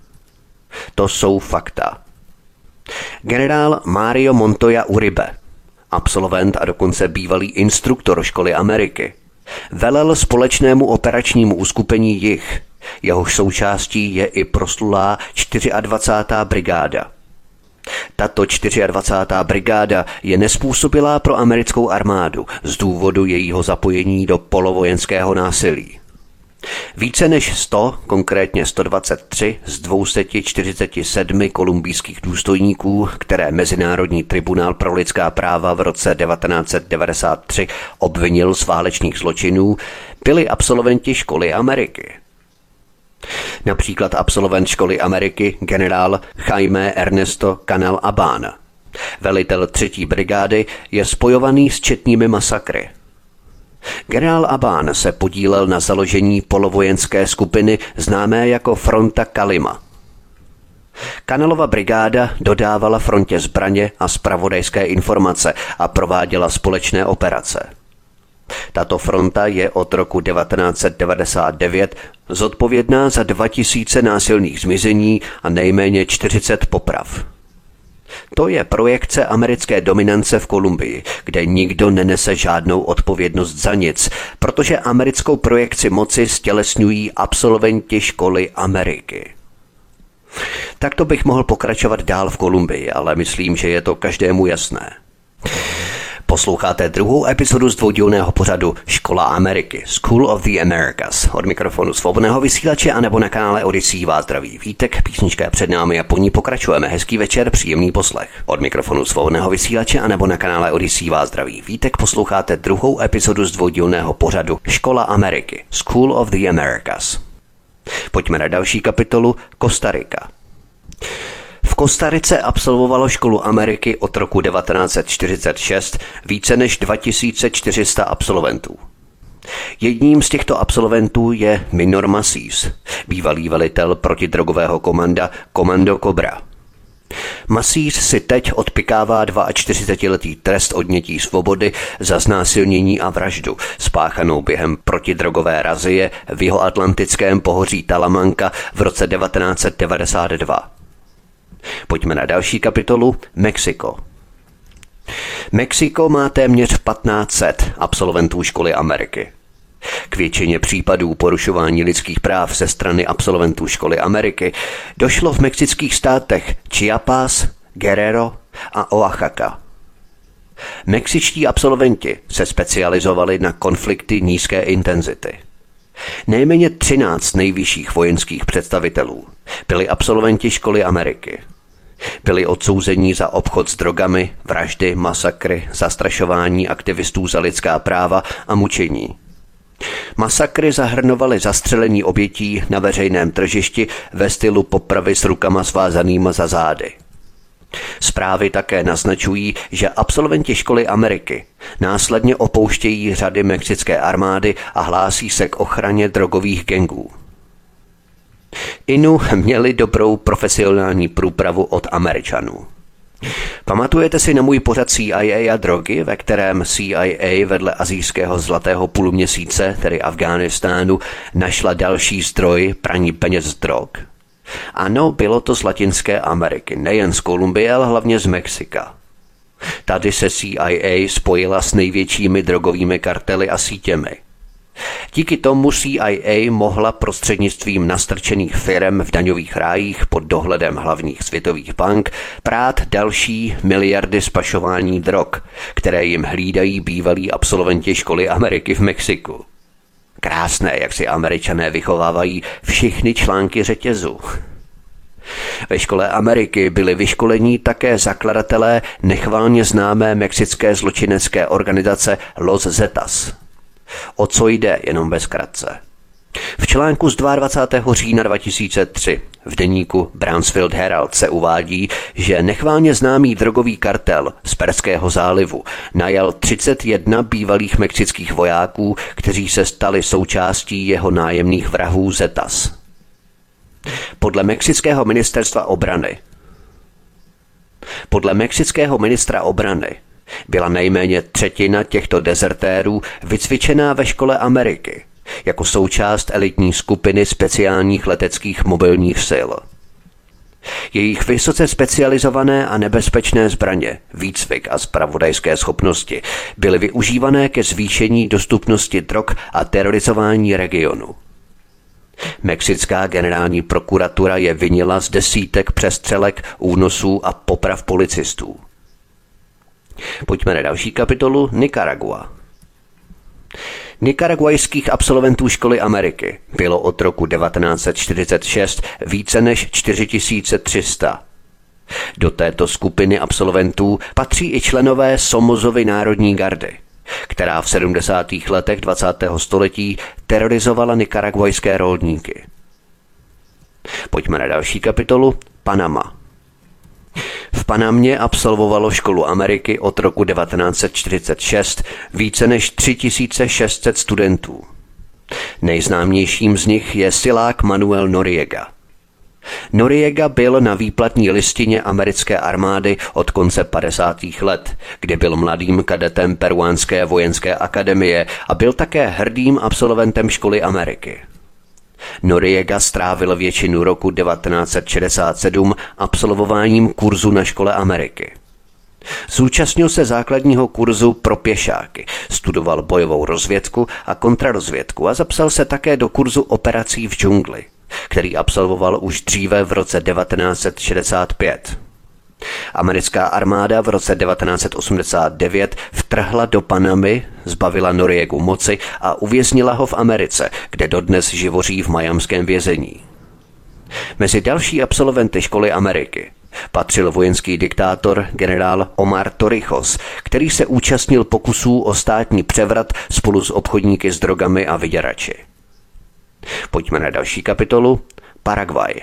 To jsou fakta. Generál Mario Montoya Uribe, absolvent a dokonce bývalý instruktor školy Ameriky, velel společnému operačnímu uskupení Jih, jehož součástí je i proslulá dvacátá čtvrtá brigáda. Tato dvacátá čtvrtá brigáda je nespůsobilá pro americkou armádu z důvodu jejího zapojení do polovojenského násilí. Více než sto, konkrétně sto dvacet tři z dvě stě čtyřicet sedm kolumbijských důstojníků, které Mezinárodní tribunál pro lidská práva v roce devatenáct set devadesát tři obvinil z válečných zločinů, byli absolventi školy Ameriky. Například absolvent školy Ameriky generál Jaime Ernesto Canal Abán. Velitel třetí brigády je spojovaný s četnými masakry. Generál Abán se podílel na založení polovojenské skupiny známé jako Fronta Kalima. Canalova brigáda dodávala frontě zbraně a zpravodajské informace a prováděla společné operace. Tato fronta je od roku devatenáct set devadesát devět zodpovědná za dva tisíce násilných zmizení a nejméně čtyřicet poprav. To je projekce americké dominance v Kolumbii, kde nikdo nenese žádnou odpovědnost za nic, protože americkou projekci moci stělesňují absolventi školy Ameriky. Takto bych mohl pokračovat dál v Kolumbii, ale myslím, že je to každému jasné. Posloucháte druhou epizodu z dvoudílného pořadu Škola Ameriky, School of the Americas. Od mikrofonu svobodného vysílače anebo na kanále Odyssey vás zdraví Vítek, písnička je před námi a po ní pokračujeme. Hezký večer, příjemný poslech. Od mikrofonu svobodného vysílače anebo na kanále Odyssey vás zdraví Vítek, posloucháte druhou epizodu z dvoudílného pořadu Škola Ameriky, School of the Americas. Pojďme na další kapitolu Kostarika. V Kostarice absolvovalo školu Ameriky od roku devatenáct set čtyřicet šest více než dva tisíce čtyři sta absolventů. Jedním z těchto absolventů je Minor Massís, bývalý velitel protidrogového komanda Komando Cobra. Massís si teď odpykává čtyřicetiletý trest odnětí svobody za znásilnění a vraždu, spáchanou během protidrogové razie v jihoatlantickém pohoří Talamanca v roce devatenáct set devadesát dva. Pojďme na další kapitolu Mexiko. Mexiko má téměř patnáct set absolventů školy Ameriky. K většině případů porušování lidských práv ze strany absolventů školy Ameriky došlo v mexických státech Chiapas, Guerrero a Oaxaca. Mexičtí absolventi se specializovali na konflikty nízké intenzity. Nejméně třináct nejvyšších vojenských představitelů byli absolventi školy Ameriky. Byli odsouzeni za obchod s drogami, vraždy, masakry, zastrašování aktivistů za lidská práva a mučení. Masakry zahrnovaly zastřelení obětí na veřejném tržišti ve stylu popravy s rukama svázanýma za zády. Zprávy také naznačují, že absolventi školy Ameriky následně opouštějí řady mexické armády a hlásí se k ochraně drogových gangů. Inu měli dobrou profesionální průpravu od Američanů. Pamatujete si na můj pořad C I A a drogy, ve kterém C I A vedle asijského zlatého půlměsíce, tedy Afghánistánu, našla další zdroj praní peněz drog? Ano, bylo to z Latinské Ameriky, nejen z Kolumbie, ale hlavně z Mexika. Tady se C I A spojila s největšími drogovými kartely a sítěmi. Díky tomu C I A mohla prostřednictvím nastrčených firem v daňových rájích pod dohledem hlavních světových bank prát další miliardy z pašování drog, které jim hlídají bývalí absolventi školy Ameriky v Mexiku. Krásné, jak si Američané vychovávají všechny články řetězu. Ve škole Ameriky byli vyškolení také zakladatelé nechvalně známé mexické zločinecké organizace Los Zetas. O co jde, jenom ve zkratce. V článku z dvacátého druhého října dva tisíce tři v deníku Brownsfield Herald se uvádí, že nechvalně známý drogový kartel z Perského zálivu najal třicet jedna bývalých mexických vojáků, kteří se stali součástí jeho nájemných vrahů Zetas. Podle mexického ministerstva obrany Podle mexického ministra obrany byla nejméně třetina těchto dezertérů vycvičená ve škole Ameriky jako součást elitní skupiny speciálních leteckých mobilních sil. Jejich vysoce specializované a nebezpečné zbraně, výcvik a zpravodajské schopnosti byly využívané ke zvýšení dostupnosti drog a terorizování regionu. Mexická generální prokuratura je vinila z desítek přestřelek, únosů a poprav policistů. Pojďme na další kapitolu. Nikaragua. Nikaraguajských absolventů školy Ameriky bylo od roku devatenáct set čtyřicet šest více než čtyři tisíce tři sta. Do této skupiny absolventů patří i členové Somozovy národní gardy, která v sedmdesátých letech dvacátého století terorizovala nikaraguajské rolníky. Pojďme na další kapitolu. Panama. V Panamě absolvovalo školu Ameriky od roku devatenáct set čtyřicet šest více než tři tisíce šest set studentů. Nejznámějším z nich je silák Manuel Noriega. Noriega byl na výplatní listině americké armády od konce padesátých let, kdy byl mladým kadetem peruánské vojenské akademie a byl také hrdým absolventem školy Ameriky. Noriega strávil většinu roku devatenáct set šedesát sedm absolvováním kurzu na škole Ameriky. Zúčastnil se základního kurzu pro pěšáky, studoval bojovou rozvědku a kontrarozvědku a zapsal se také do kurzu operací v džungli, který absolvoval už dříve v roce devatenáct set šedesát pět. Americká armáda v roce devatenáct set osmdesát devět vtrhla do Panamy, zbavila Noriegu moci a uvěznila ho v Americe, kde dodnes živoří v miamském vězení. Mezi další absolventy školy Ameriky patřil vojenský diktátor generál Omar Torrijos, který se účastnil pokusů o státní převrat spolu s obchodníky s drogami a vyděrači. Pojďme na další kapitolu. Paraguay.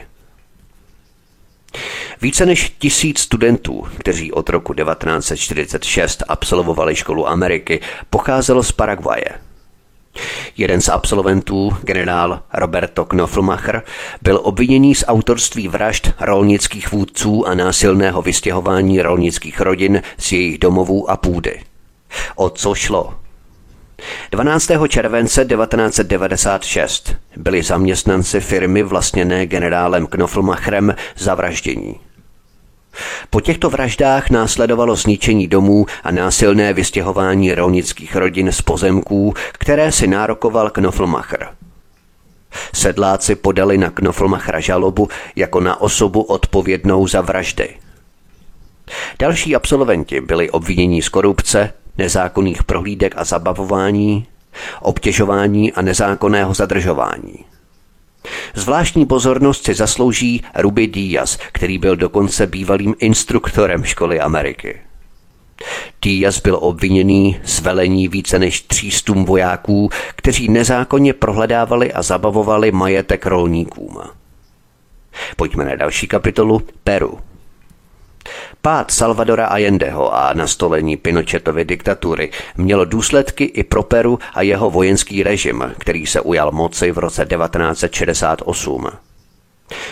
Více než tisíc studentů, kteří od roku devatenáct set čtyřicet šest absolvovali školu Ameriky, pocházelo z Paraguaje. Jeden z absolventů, generál Roberto Knoflmacher, byl obviněný z autorství vražd rolnických vůdců a násilného vystěhování rolnických rodin z jejich domovů a půdy. O co šlo? dvanáctého července devatenáct set devadesát šest byli zaměstnanci firmy vlastněné generálem Knoflmacherem zavraždění. Po těchto vraždách následovalo zničení domů a násilné vystěhování rolnických rodin z pozemků, které si nárokoval Knoflmacher. Sedláci podali na Knoflmachera žalobu jako na osobu odpovědnou za vraždy. Další absolventi byli obviněni z korupce, nezákonných prohlídek a zabavování, obtěžování a nezákonného zadržování. Zvláštní pozornost si zaslouží Ruby Díaz, který byl dokonce bývalým instruktorem školy Ameriky. Díaz byl obviněný z velení více než tří stům vojáků, kteří nezákonně prohledávali a zabavovali majetek rolníkům. Pojďme na další kapitolu. Peru. Pád Salvadora Allendeho a nastolení Pinochetovy diktatury mělo důsledky i pro Peru a jeho vojenský režim, který se ujal moci v roce devatenáct set šedesát osm.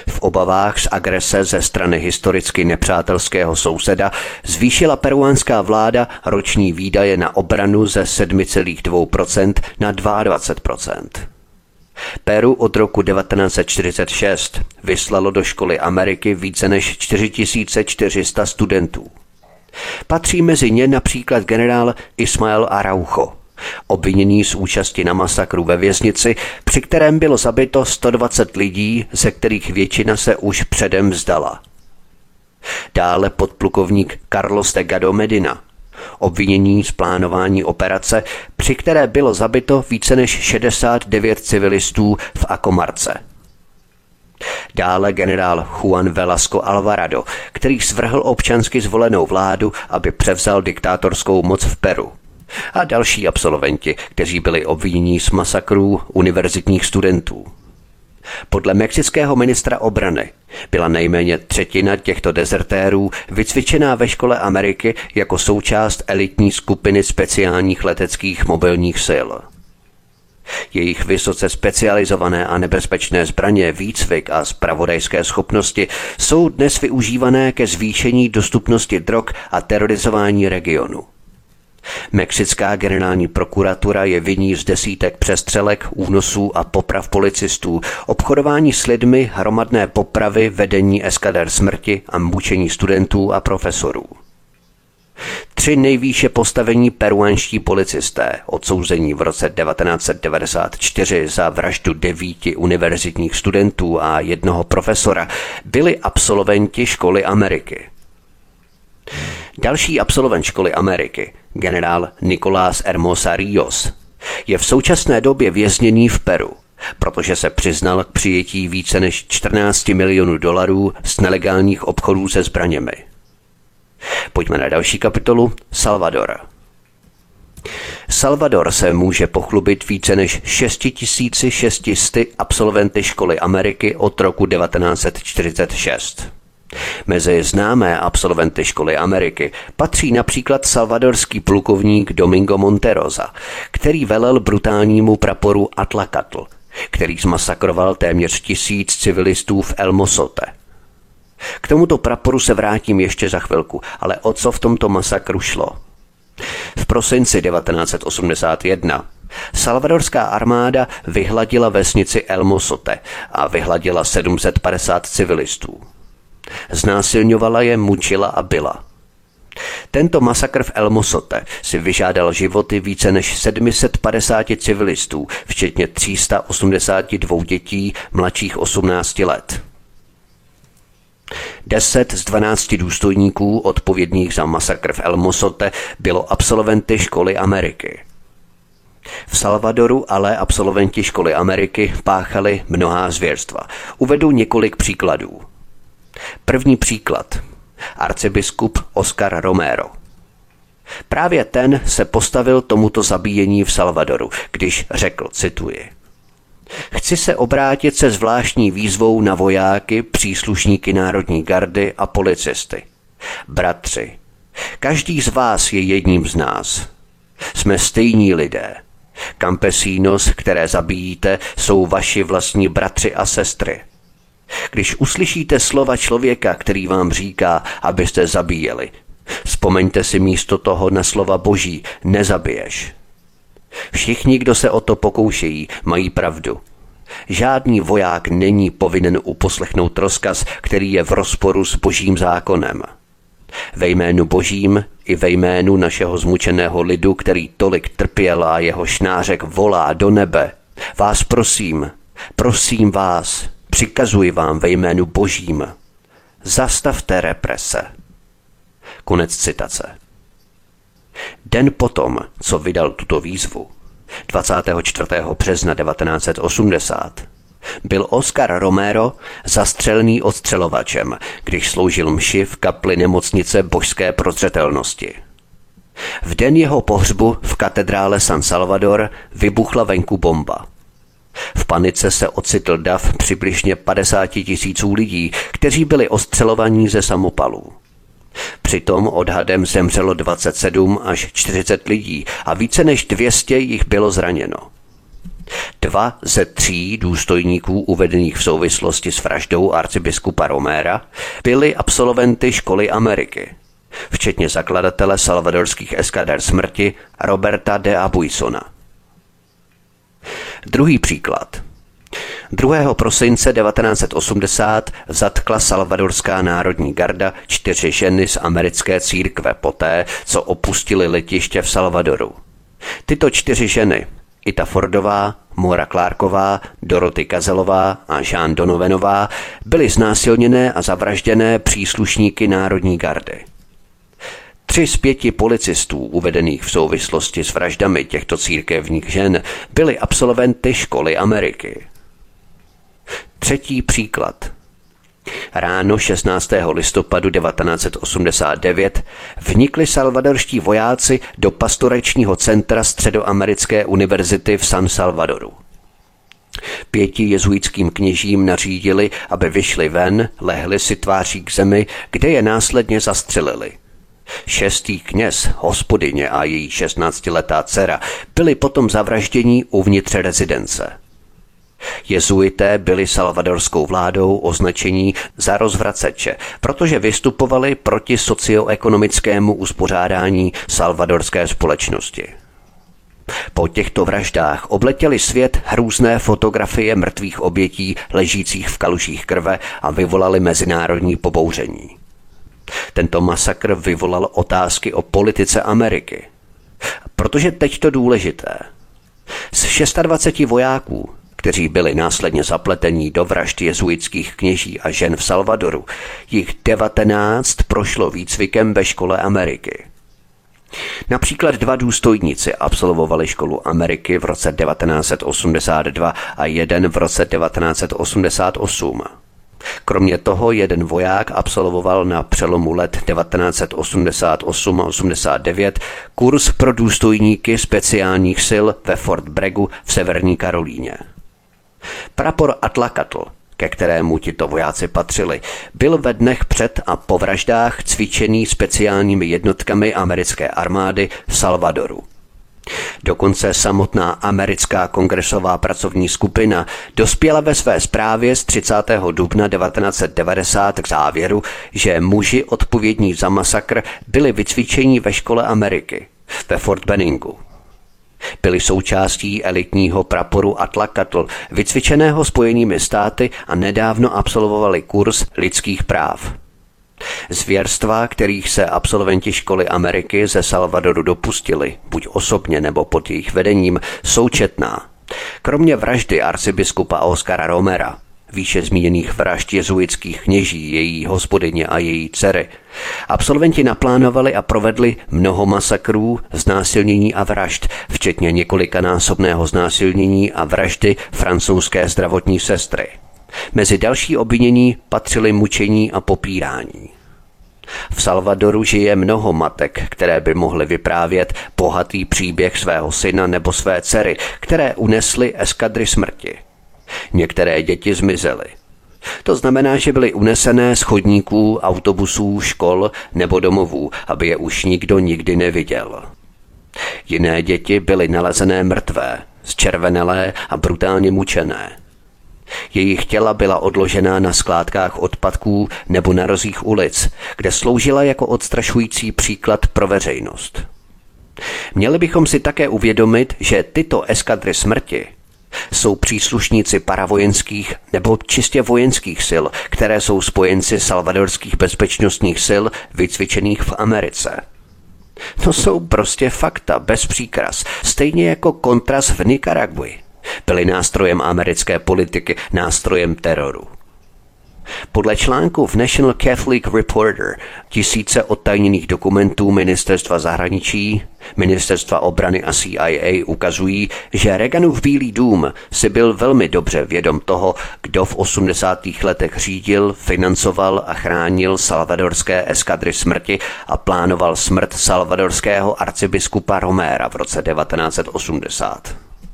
V obavách z agrese ze strany historicky nepřátelského souseda zvýšila peruánská vláda roční výdaje na obranu ze sedm celá dva procenta na dvacet dva procent. Peru od roku devatenáct set čtyřicet šest vyslalo do školy Ameriky více než čtyři tisíce čtyři sta studentů. Patří mezi ně například generál Ismael Araujo, obviněný z účasti na masakru ve věznici, při kterém bylo zabito sto dvacet lidí, ze kterých většina se už předem vzdala. Dále podplukovník Carlos Delgado Medina, obvinění z plánování operace, při které bylo zabito více než šedesát devět civilistů v Acomarce. Dále generál Juan Velasco Alvarado, který svrhl občansky zvolenou vládu, aby převzal diktátorskou moc v Peru. A další absolventi, kteří byli obviněni z masakrů univerzitních studentů. Podle mexického ministra obrany byla nejméně třetina těchto dezertérů vycvičená ve škole Ameriky jako součást elitní skupiny speciálních leteckých mobilních sil. Jejich vysoce specializované a nebezpečné zbraně, výcvik a zpravodajské schopnosti jsou dnes využívané ke zvýšení dostupnosti drog a terorizování regionu. Mexická generální prokuratura je viní z desítek přestřelek, únosů a poprav policistů, obchodování s lidmi, hromadné popravy, vedení eskader smrti a mučení studentů a profesorů. Tři nejvýše postavení peruánští policisté, odsouzení v roce devatenáct set devadesát čtyři za vraždu devíti univerzitních studentů a jednoho profesora, byli absolventi školy Ameriky. Další absolvent školy Ameriky, generál Nicolás Hermosa Ríos, je v současné době vězněný v Peru, protože se přiznal k přijetí více než čtrnáct milionů dolarů z nelegálních obchodů se zbraněmi. Pojďme na další kapitolu. Salvador. Salvador se může pochlubit více než šest tisíc šest set absolventy školy Ameriky od roku devatenáct set čtyřicet šest. Mezi známé absolventy školy Ameriky patří například salvadorský plukovník Domingo Monterosa, který velel brutálnímu praporu Atlacatl, který zmasakroval téměř tisíc civilistů v El Mozote. K tomuto praporu se vrátím ještě za chvilku, ale o co v tomto masakru šlo? V prosinci devatenáct set osmdesát jedna salvadorská armáda vyhladila vesnici El Mozote a vyhladila sedm set padesát civilistů. Znásilňovala je, mučila a byla. Tento masakr v El Mozote si vyžádal životy více než sedm set padesát civilistů, včetně tři sta osmdesát dva dětí mladších osmnácti let. Deset z dvanácti důstojníků odpovědných za masakr v El Mozote bylo absolventy školy Ameriky. V Salvadoru ale absolventi školy Ameriky páchali mnohá zvěrstva. Uvedu několik příkladů. První příklad. Arcibiskup Oscar Romero. Právě ten se postavil tomuto zabíjení v Salvadoru, když řekl, cituji: Chci se obrátit se zvláštní výzvou na vojáky, příslušníky Národní gardy a policisty. Bratři, každý z vás je jedním z nás. Jsme stejní lidé. Campesinos, které zabíjíte, jsou vaši vlastní bratři a sestry. Když uslyšíte slova člověka, který vám říká, abyste zabíjeli, vzpomeňte si místo toho na slova Boží, nezabiješ. Všichni, kdo se o to pokoušejí, mají pravdu. Žádný voják není povinen uposlechnout rozkaz, který je v rozporu s Božím zákonem. Ve jménu Božím i ve jménu našeho zmučeného lidu, který tolik trpěl a jeho šnářek volá do nebe, vás prosím, prosím vás, přikazuji vám ve jménu Božím, zastavte represe. Konec citace. Den potom, co vydal tuto výzvu, dvacátého čtvrtého března devatenáct set osmdesát, byl Oscar Romero zastřelený odstřelovačem, když sloužil mši v kapli nemocnice Božské prozřetelnosti. V den jeho pohřbu v katedrále San Salvador vybuchla venku bomba. V panice se ocitl dav přibližně padesát tisíců lidí, kteří byli ostřelovaní ze samopalů. Přitom odhadem zemřelo dvacet sedm až čtyřicet lidí a více než dvě stě jich bylo zraněno. Dva ze tří důstojníků uvedených v souvislosti s vraždou arcibiskupa Romera byli absolventy školy Ameriky, včetně zakladatele salvadorských eskader smrti Roberta de Abuisona. Druhý příklad. druhého prosince devatenáct set osmdesát zatkla salvadorská národní garda čtyři ženy z americké církve poté, co opustili letiště v Salvadoru. Tyto čtyři ženy, Ita Fordová, Maura Clarková, Dorothy Kazelová a Jean Donovanová, byly znásilněné a zavražděné příslušníky národní gardy. Tři z pěti policistů uvedených v souvislosti s vraždami těchto církevních žen byly absolventy školy Ameriky. Třetí příklad. Ráno šestnáctého listopadu devatenáct set osmdesát devět vnikli salvadorští vojáci do pastoračního centra Středoamerické univerzity v San Salvadoru. Pěti jezuitským kněžím nařídili, aby vyšli ven, lehli si tváří k zemi, kde je následně zastřelili. Šestý kněz, hospodyně a její šestnáctiletá dcera byli potom zavražděni uvnitř rezidence. Jezuité byli salvadorskou vládou označení za rozvraceče, protože vystupovali proti socioekonomickému uspořádání salvadorské společnosti. Po těchto vraždách obletěly svět hrůzné fotografie mrtvých obětí ležících v kalužích krve a vyvolaly mezinárodní pobouření. Tento masakr vyvolal otázky o politice Ameriky. Protože teď to důležité. Z dvaceti šesti vojáků, kteří byli následně zapletení do vražd jezuitských kněží a žen v Salvadoru, jich devatenáct prošlo výcvikem ve škole Ameriky. Například dva důstojníci absolvovali školu Ameriky v roce devatenáct set osmdesát dva a jeden v roce devatenáct set osmdesát osm. Kromě toho jeden voják absolvoval na přelomu let devatenáct set osmdesát osm a osmdesát devět kurz pro důstojníky speciálních sil ve Fort Braggu v Severní Karolíně. Prapor Atlacatl, ke kterému tito vojáci patřili, byl ve dnech před a po vraždách cvičený speciálními jednotkami americké armády v Salvadoru. Dokonce samotná americká kongresová pracovní skupina dospěla ve své zprávě z třicátého dubna devatenáct set devadesát k závěru, že muži odpovědní za masakr byli vycvičeni ve škole Ameriky ve Fort Benningu. Byli součástí elitního praporu Atlacatl, vycvičeného Spojenými státy a nedávno absolvovali kurz lidských práv. Zvěrstva, kterých se absolventi školy Ameriky ze Salvadoru dopustili, buď osobně nebo pod jejich vedením, jsou četná. Kromě vraždy arcibiskupa Oscara Romera, výše zmíněných vražd jezuitských kněží, její hospodyně a její dcery, absolventi naplánovali a provedli mnoho masakrů, znásilnění a vražd, včetně několikanásobného znásilnění a vraždy francouzské zdravotní sestry. Mezi další obvinění patřily mučení a popírání. V Salvadoru žije mnoho matek, které by mohly vyprávět bohatý příběh svého syna nebo své dcery, které unesly eskadry smrti. Některé děti zmizely. To znamená, že byly unesené z chodníků, autobusů, škol nebo domovů, aby je už nikdo nikdy neviděl. Jiné děti byly nalezené mrtvé, zčervenelé a brutálně mučené. Jejich těla byla odložená na skládkách odpadků nebo na rozích ulic, kde sloužila jako odstrašující příklad pro veřejnost. Měli bychom si také uvědomit, že tyto eskadry smrti jsou příslušníci paravojenských nebo čistě vojenských sil, které jsou spojenci salvadorských bezpečnostních sil vycvičených v Americe. To jsou prostě fakta, bez příkras, stejně jako kontras v Nikaragui. Byli nástrojem americké politiky, nástrojem teroru. Podle článku v National Catholic Reporter tisíce odtajněných dokumentů Ministerstva zahraničí, Ministerstva obrany a C I A ukazují, že Reaganův Bílý dům si byl velmi dobře vědom toho, kdo v osmdesátých letech řídil, financoval a chránil salvadorské eskadry smrti a plánoval smrt salvadorského arcibiskupa Romera v roce devatenáct set osmdesát.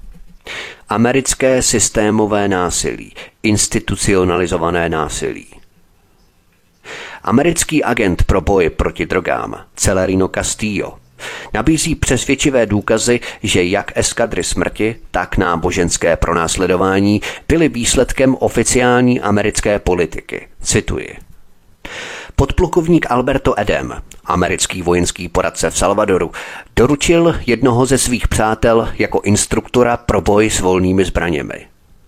Americké systémové násilí, institucionalizované násilí. Americký agent pro boj proti drogám, Celerino Castillo, Nabízí přesvědčivé důkazy, že jak eskadry smrti, tak náboženské pronásledování byly výsledkem oficiální americké politiky. Cituji. Podplukovník Alberto Edem, americký vojenský poradce v Salvadoru, doručil jednoho ze svých přátel jako instruktora pro boj s volnými zbraněmi.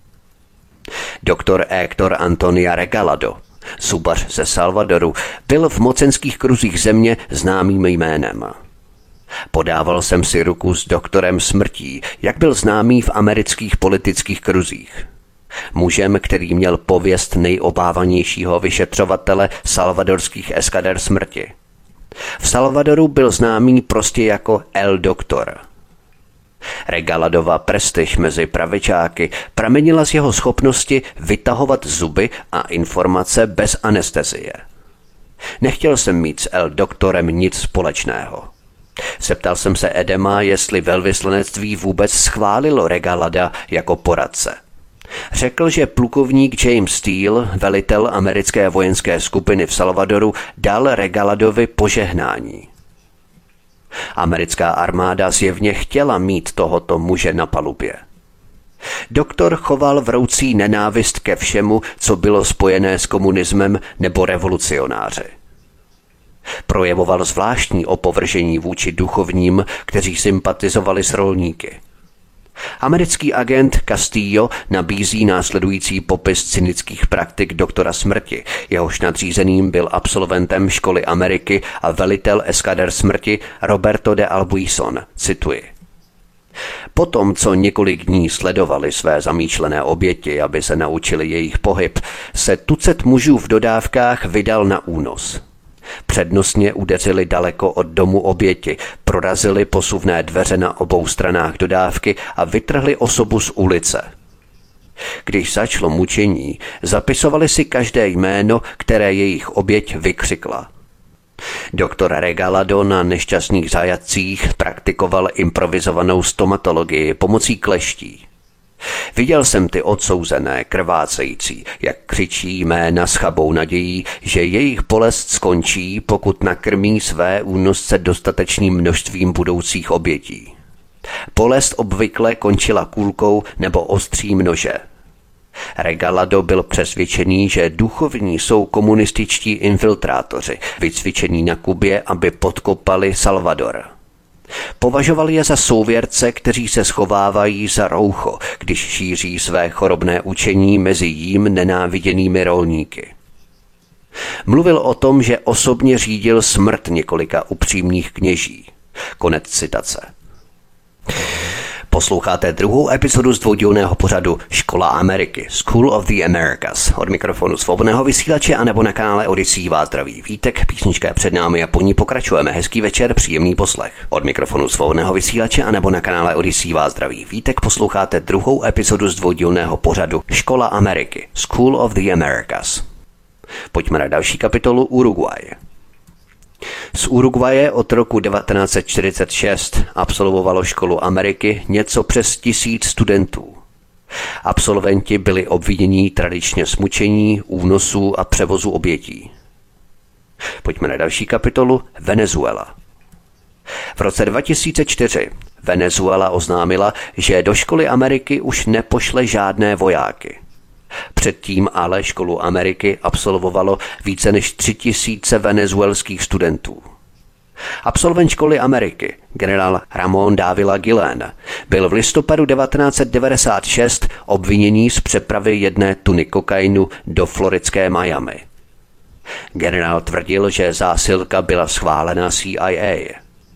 Doktor Héctor Antonia Regalado, zubař ze Salvadoru, byl v mocenských kruzích země známým jménem. Podával jsem si ruku s doktorem smrtí, jak byl známý v amerických politických kruzích. Mužem, který měl pověst nejobávanějšího vyšetřovatele salvadorských eskader smrti. V Salvadoru byl známý prostě jako El Doktor. Regaladova prestiž mezi pravičáky pramenila z jeho schopnosti vytahovat zuby a informace bez anestezie. Nechtěl jsem mít s El Doktorem nic společného. Zeptal jsem se Edema, jestli velvyslanectví vůbec schválilo Regalada jako poradce. Řekl, že plukovník James Steele, velitel americké vojenské skupiny v Salvadoru, dal Regaladovi požehnání. Americká armáda zjevně chtěla mít tohoto muže na palubě. Doktor choval vroucí nenávist ke všemu, co bylo spojené s komunismem nebo revolucionáři. Projevoval zvláštní opovržení vůči duchovním, kteří sympatizovali s rolníky. Americký agent Castillo nabízí následující popis cynických praktik doktora smrti, jehož nadřízeným byl absolventem školy Ameriky a velitel eskader smrti Roberto de Albuison. Cituji. Potom, co několik dní sledovali své zamýšlené oběti, aby se naučili jejich pohyb, se tucet mužů v dodávkách vydal na únos. Přednostně udeřili daleko od domu oběti, prorazili posuvné dveře na obou stranách dodávky a vytrhli osobu z ulice. Když začalo mučení, zapisovali si každé jméno, které jejich oběť vykřikla. Doktor Regalado na nešťastných zajatcích praktikoval improvizovanou stomatologii pomocí kleští. Viděl jsem ty odsouzené, krvácející, jak křičí jména s chabou nadějí, že jejich bolest skončí, pokud nakrmí své únosce dostatečným množstvím budoucích obětí. Bolest obvykle končila kůlkou nebo ostřím nože. Regalado byl přesvědčený, že duchovní jsou komunističtí infiltrátoři, vycvičení na Kubě, aby podkopali Salvador. Považoval je za souvěrce, kteří se schovávají za roucho, když šíří své chorobné učení mezi jím nenáviděnými rolníky. Mluvil o tom, že osobně řídil smrt několika upřímných kněží. Konec citace. Posloucháte druhou epizodu z dvoudílného pořadu Škola Ameriky, School of the Americas. Od mikrofonu svobodného vysílače anebo na kanále Odyssey vás zdraví Vítek, písnička je před námi a po ní pokračujeme. Hezký večer, příjemný poslech. Od mikrofonu svobodného vysílače anebo na kanále Odyssey vás zdraví Vítek, posloucháte druhou epizodu z dvoudílného pořadu Škola Ameriky, School of the Americas. Pojďme na další kapitolu Uruguay. Z Uruguaye od roku devatenáct set čtyřicet šest absolvovalo školu Ameriky něco přes tisíc studentů. Absolventi byli obviněni tradičně z mučení, únosů a převozu obětí. Pojďme na další kapitolu Venezuela. V roce dva tisíce čtyři Venezuela oznámila, že do školy Ameriky už nepošle žádné vojáky. Předtím ale školu Ameriky absolvovalo více než tři tisíce venezuelských studentů. Absolvent školy Ameriky, generál Ramón Dávila Guillén, byl v listopadu devatenáct set devadesát šest obviněný z přepravy jedné tuny kokainu do floridské Miami. Generál tvrdil, že zásilka byla schválena C I A.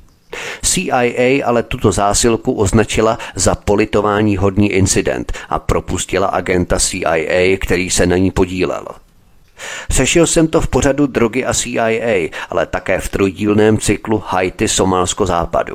C I A ale tuto zásilku označila za politování hodný incident a propustila agenta C I A, který se na ní podílel. Řešil jsem to v pořadu Drogy a C I A, ale také v trojdílném cyklu Haiti Somálsko západu.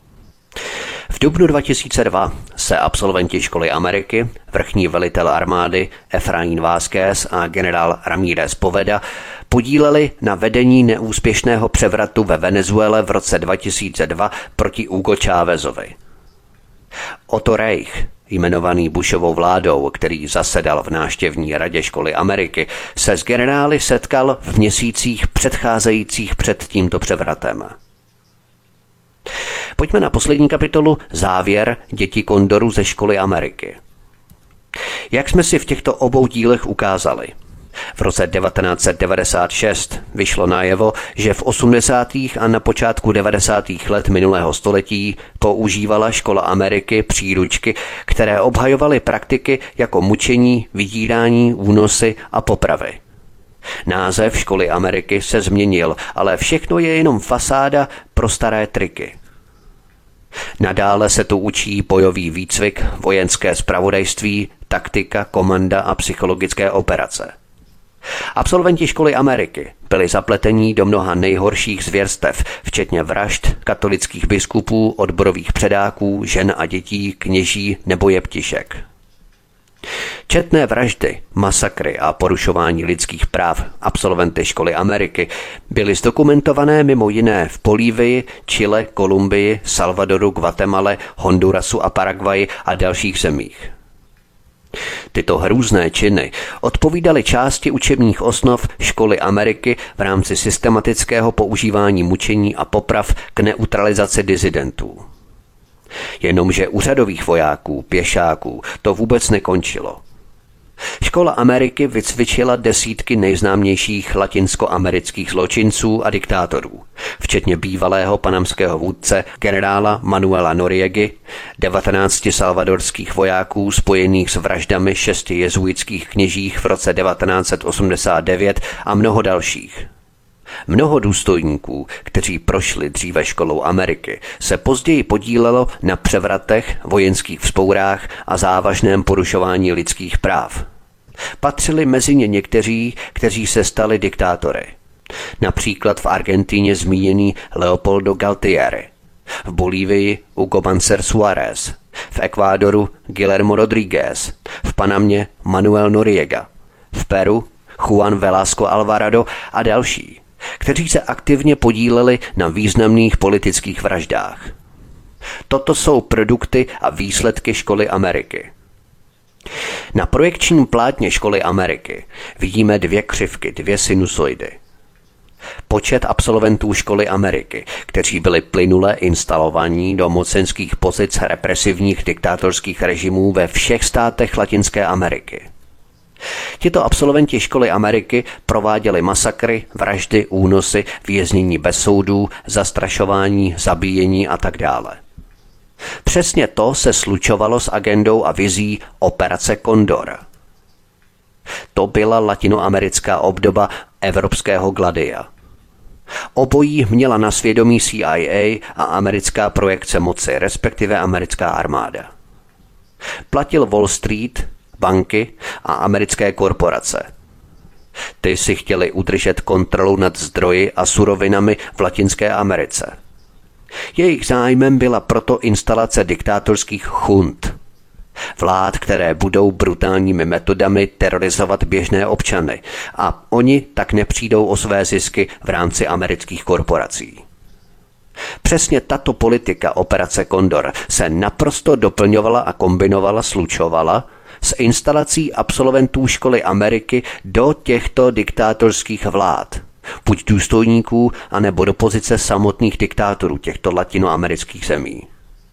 V dubnu dva tisíce dva se absolventi školy Ameriky, vrchní velitel armády Efraín Vázquez a generál Ramírez Poveda podíleli na vedení neúspěšného převratu ve Venezuele v roce dva tisíce dva proti Hugo Chávezovi. Otto Reich, jmenovaný Bushovou vládou, který zasedal v návštěvní radě školy Ameriky, se s generály setkal v měsících předcházejících před tímto převratem. Pojďme na poslední kapitolu, závěr Děti Kondoru ze školy Ameriky. Jak jsme si v těchto obou dílech ukázali, v roce devatenáct set devadesát šest vyšlo najevo, že v osmdesátých a na počátku devadesátých let minulého století používala škola Ameriky příručky, které obhajovaly praktiky jako mučení, vydírání, únosy a popravy. Název školy Ameriky se změnil, ale všechno je jenom fasáda pro staré triky. Nadále se tu učí bojový výcvik, vojenské zpravodajství, taktika, komanda a psychologické operace. Absolventi školy Ameriky byli zapletení do mnoha nejhorších zvěrstev, včetně vražd katolických biskupů, odborových předáků, žen a dětí, kněží nebo jeptišek. Četné vraždy, masakry a porušování lidských práv absolventy školy Ameriky byly zdokumentované mimo jiné v Bolívii, Chile, Kolumbii, Salvadoru, Guatemale, Hondurasu a Paraguayi a dalších zemích. Tyto hrůzné činy odpovídaly části učebních osnov školy Ameriky v rámci systematického používání mučení a poprav k neutralizaci disidentů. Jenomže u řadových vojáků, pěšáků to vůbec nekončilo. Škola Ameriky vycvičila desítky nejznámějších latinskoamerických zločinců a diktátorů, včetně bývalého panamského vůdce generála Manuela Noriegy, devatenácti salvadorských vojáků spojených s vraždami šesti jezuitských kněžích v roce devatenáct set osmdesát devět a mnoho dalších. Mnoho důstojníků, kteří prošli dříve školou Ameriky, se později podílelo na převratech, vojenských vzpourách a závažném porušování lidských práv. Patřili mezi ně někteří, kteří se stali diktátory. Například v Argentíně zmíněný Leopoldo Galtieri, v Bolívii Hugo Banzer Suárez, v Ekvádoru Guillermo Rodríguez, v Panamě Manuel Noriega, v Peru Juan Velasco Alvarado a další, kteří se aktivně podíleli na významných politických vraždách. Toto jsou produkty a výsledky školy Ameriky. Na projekčním plátně školy Ameriky vidíme dvě křivky, dvě sinusoidy. Počet absolventů školy Ameriky, kteří byli plynule instalovaní do mocenských pozic represivních diktátorských režimů ve všech státech Latinské Ameriky. Tito absolventi školy Ameriky prováděli masakry, vraždy, únosy, věznění bez soudů, zastrašování, zabíjení a tak dále. Přesně to se slučovalo s agendou a vizí Operace Condor. To byla latinoamerická obdoba evropského Gladia. Obojí měla na svědomí C I A a americká projekce moci, respektive americká armáda. Platil Wall Street, banky a americké korporace. Ty si chtěli udržet kontrolu nad zdroji a surovinami v Latinské Americe. Jejich zájmem byla proto instalace diktátorských chunt, vlád, které budou brutálními metodami terorizovat běžné občany a oni tak nepřijdou o své zisky v rámci amerických korporací. Přesně tato politika Operace Condor se naprosto doplňovala a kombinovala, slučovala s instalací absolventů školy Ameriky do těchto diktátorských vlád, buď důstojníků, anebo do pozice samotných diktátorů těchto latinoamerických zemí.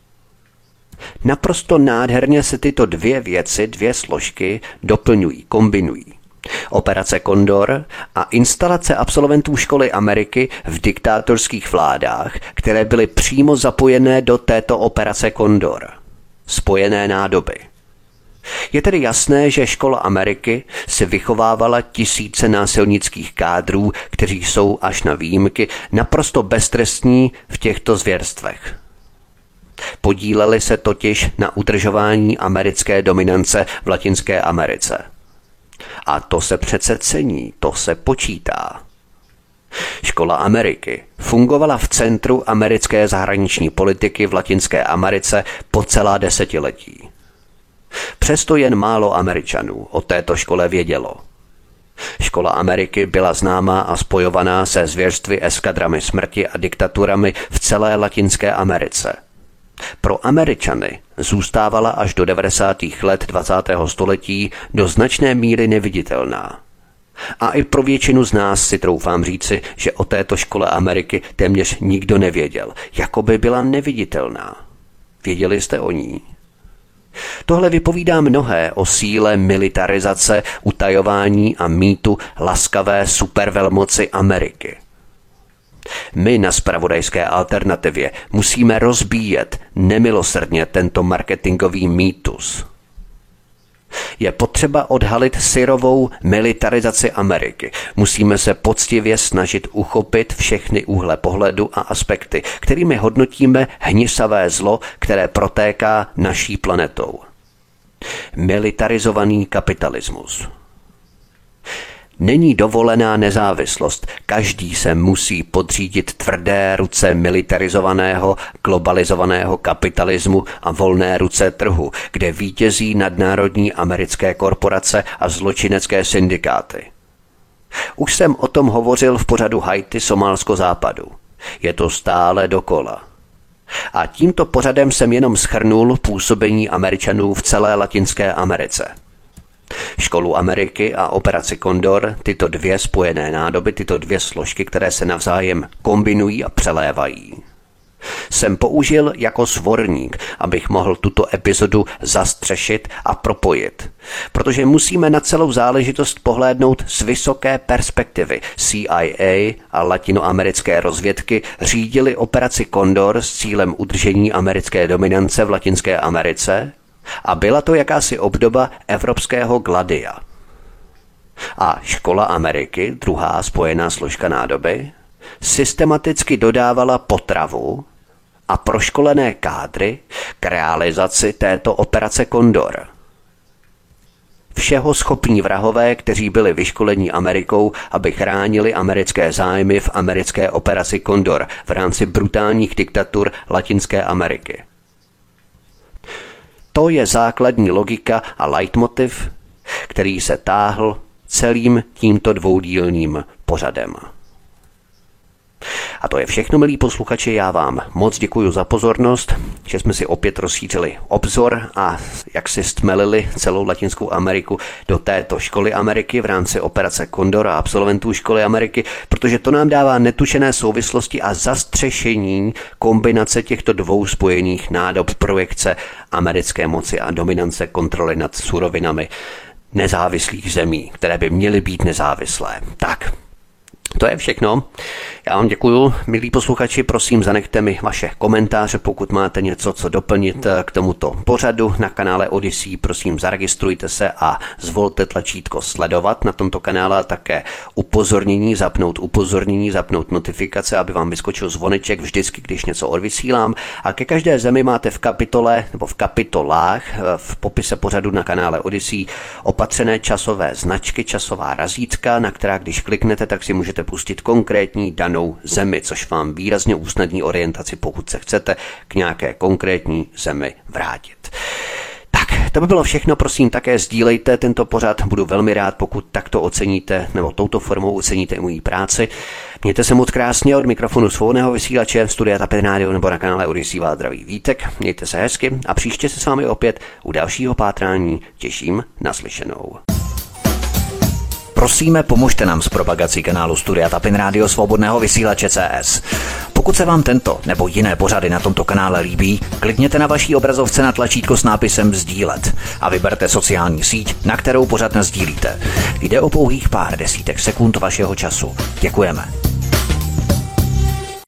Naprosto nádherně se tyto dvě věci, dvě složky doplňují, kombinují. Operace Condor a instalace absolventů školy Ameriky v diktátorských vládách, které byly přímo zapojené do této Operace Condor. Spojené nádoby. Je tedy jasné, že škola Ameriky si vychovávala tisíce násilnických kádrů, kteří jsou až na výjimky naprosto beztrestní v těchto zvěrstvech. Podíleli se totiž na udržování americké dominance v Latinské Americe. A to se přece cení, to se počítá. Škola Ameriky fungovala v centru americké zahraniční politiky v Latinské Americe po celá desetiletí. Přesto jen málo Američanů o této škole vědělo. Škola Ameriky byla známá a spojovaná se zvěrstvy, eskadrami smrti a diktaturami v celé Latinské Americe. Pro Američany zůstávala až do devadesátých let dvacátého století do značné míry neviditelná. A i pro většinu z nás si troufám říci, že o této škole Ameriky téměř nikdo nevěděl, jako by byla neviditelná. Věděli jste o ní? Tohle vypovídá mnohé o síle militarizace, utajování a mýtu laskavé supervelmoci Ameriky. My na zpravodajské alternativě musíme rozbíjet nemilosrdně tento marketingový mýtus. Je potřeba odhalit syrovou militarizaci Ameriky. Musíme se poctivě snažit uchopit všechny úhle pohledu a aspekty, kterými hodnotíme hnisavé zlo, které protéká naší planetou. Militarizovaný kapitalismus. Není dovolená nezávislost. Každý se musí podřídit tvrdé ruce militarizovaného, globalizovaného kapitalismu a volné ruce trhu, kde vítězí nadnárodní americké korporace a zločinecké syndikáty. Už jsem o tom hovořil v pořadu Haiti, Somálsko, Západu. Je to stále dokola. A tímto pořadem jsem jenom shrnul působení Američanů v celé Latinské Americe. Školu Ameriky a operaci Condor, tyto dvě spojené nádoby, tyto dvě složky, které se navzájem kombinují a přelévají, jsem použil jako svorník, abych mohl tuto epizodu zastřešit a propojit. Protože musíme na celou záležitost pohlédnout z vysoké perspektivy. C I A a latinoamerické rozvědky řídili operaci Condor s cílem udržení americké dominance v Latinské Americe a byla to jakási obdoba evropského Gladia. A škola Ameriky, druhá spojená složka nádoby, systematicky dodávala potravu a proškolené kádry k realizaci této operace Condor. Všeho schopní vrahové, kteří byli vyškoleni Amerikou, aby chránili americké zájmy v americké operaci Condor v rámci brutálních diktatur Latinské Ameriky. To je základní logika a leitmotiv, který se táhl celým tímto dvoudílným pořadem. A to je všechno, milí posluchači, já vám moc děkuji za pozornost, že jsme si opět rozšířili obzor a jak si stmelili celou Latinskou Ameriku do této školy Ameriky v rámci operace Condor a absolventů školy Ameriky, protože to nám dává netušené souvislosti a zastřešení kombinace těchto dvou spojených nádob projekce americké moci a dominance kontroly nad surovinami nezávislých zemí, které by měly být nezávislé. Tak. To je všechno. Já vám děkuju, milí posluchači, prosím zanechte mi vaše komentáře, pokud máte něco, co doplnit k tomuto pořadu na kanále Odyssey, prosím zaregistrujte se a zvolte tlačítko sledovat na tomto kanále a také upozornění, zapnout upozornění, zapnout notifikace, aby vám vyskočil zvoneček vždycky, když něco odvysílám. A ke každé zemi máte v kapitole nebo v kapitolách v popise pořadu na kanále Odyssey opatřené časové značky, časová razítka, na která když kliknete, tak si můžete pustit konkrétní danou zemi, což vám výrazně usnadní orientaci, pokud se chcete k nějaké konkrétní zemi vrátit. Tak, to by bylo všechno, prosím také sdílejte tento pořad, budu velmi rád, pokud takto oceníte, nebo touto formou oceníte moji práci. Mějte se moc krásně, od mikrofonu svobodného vysílače, Studia Tapin Radio nebo na kanále Odyssey vás zdraví Vítek, mějte se hezky a příště se s vámi opět u dalšího pátrání těším naslyšenou. Prosíme, pomožte nám s propagací kanálu Studia Tapin Radio Svobodného vysílače C S. Pokud se vám tento nebo jiné pořady na tomto kanále líbí, klikněte na vaší obrazovce na tlačítko s nápisem sdílet a vyberte sociální síť, na kterou pořad nasdílíte. Jde o pouhých pár desítek sekund vašeho času. Děkujeme.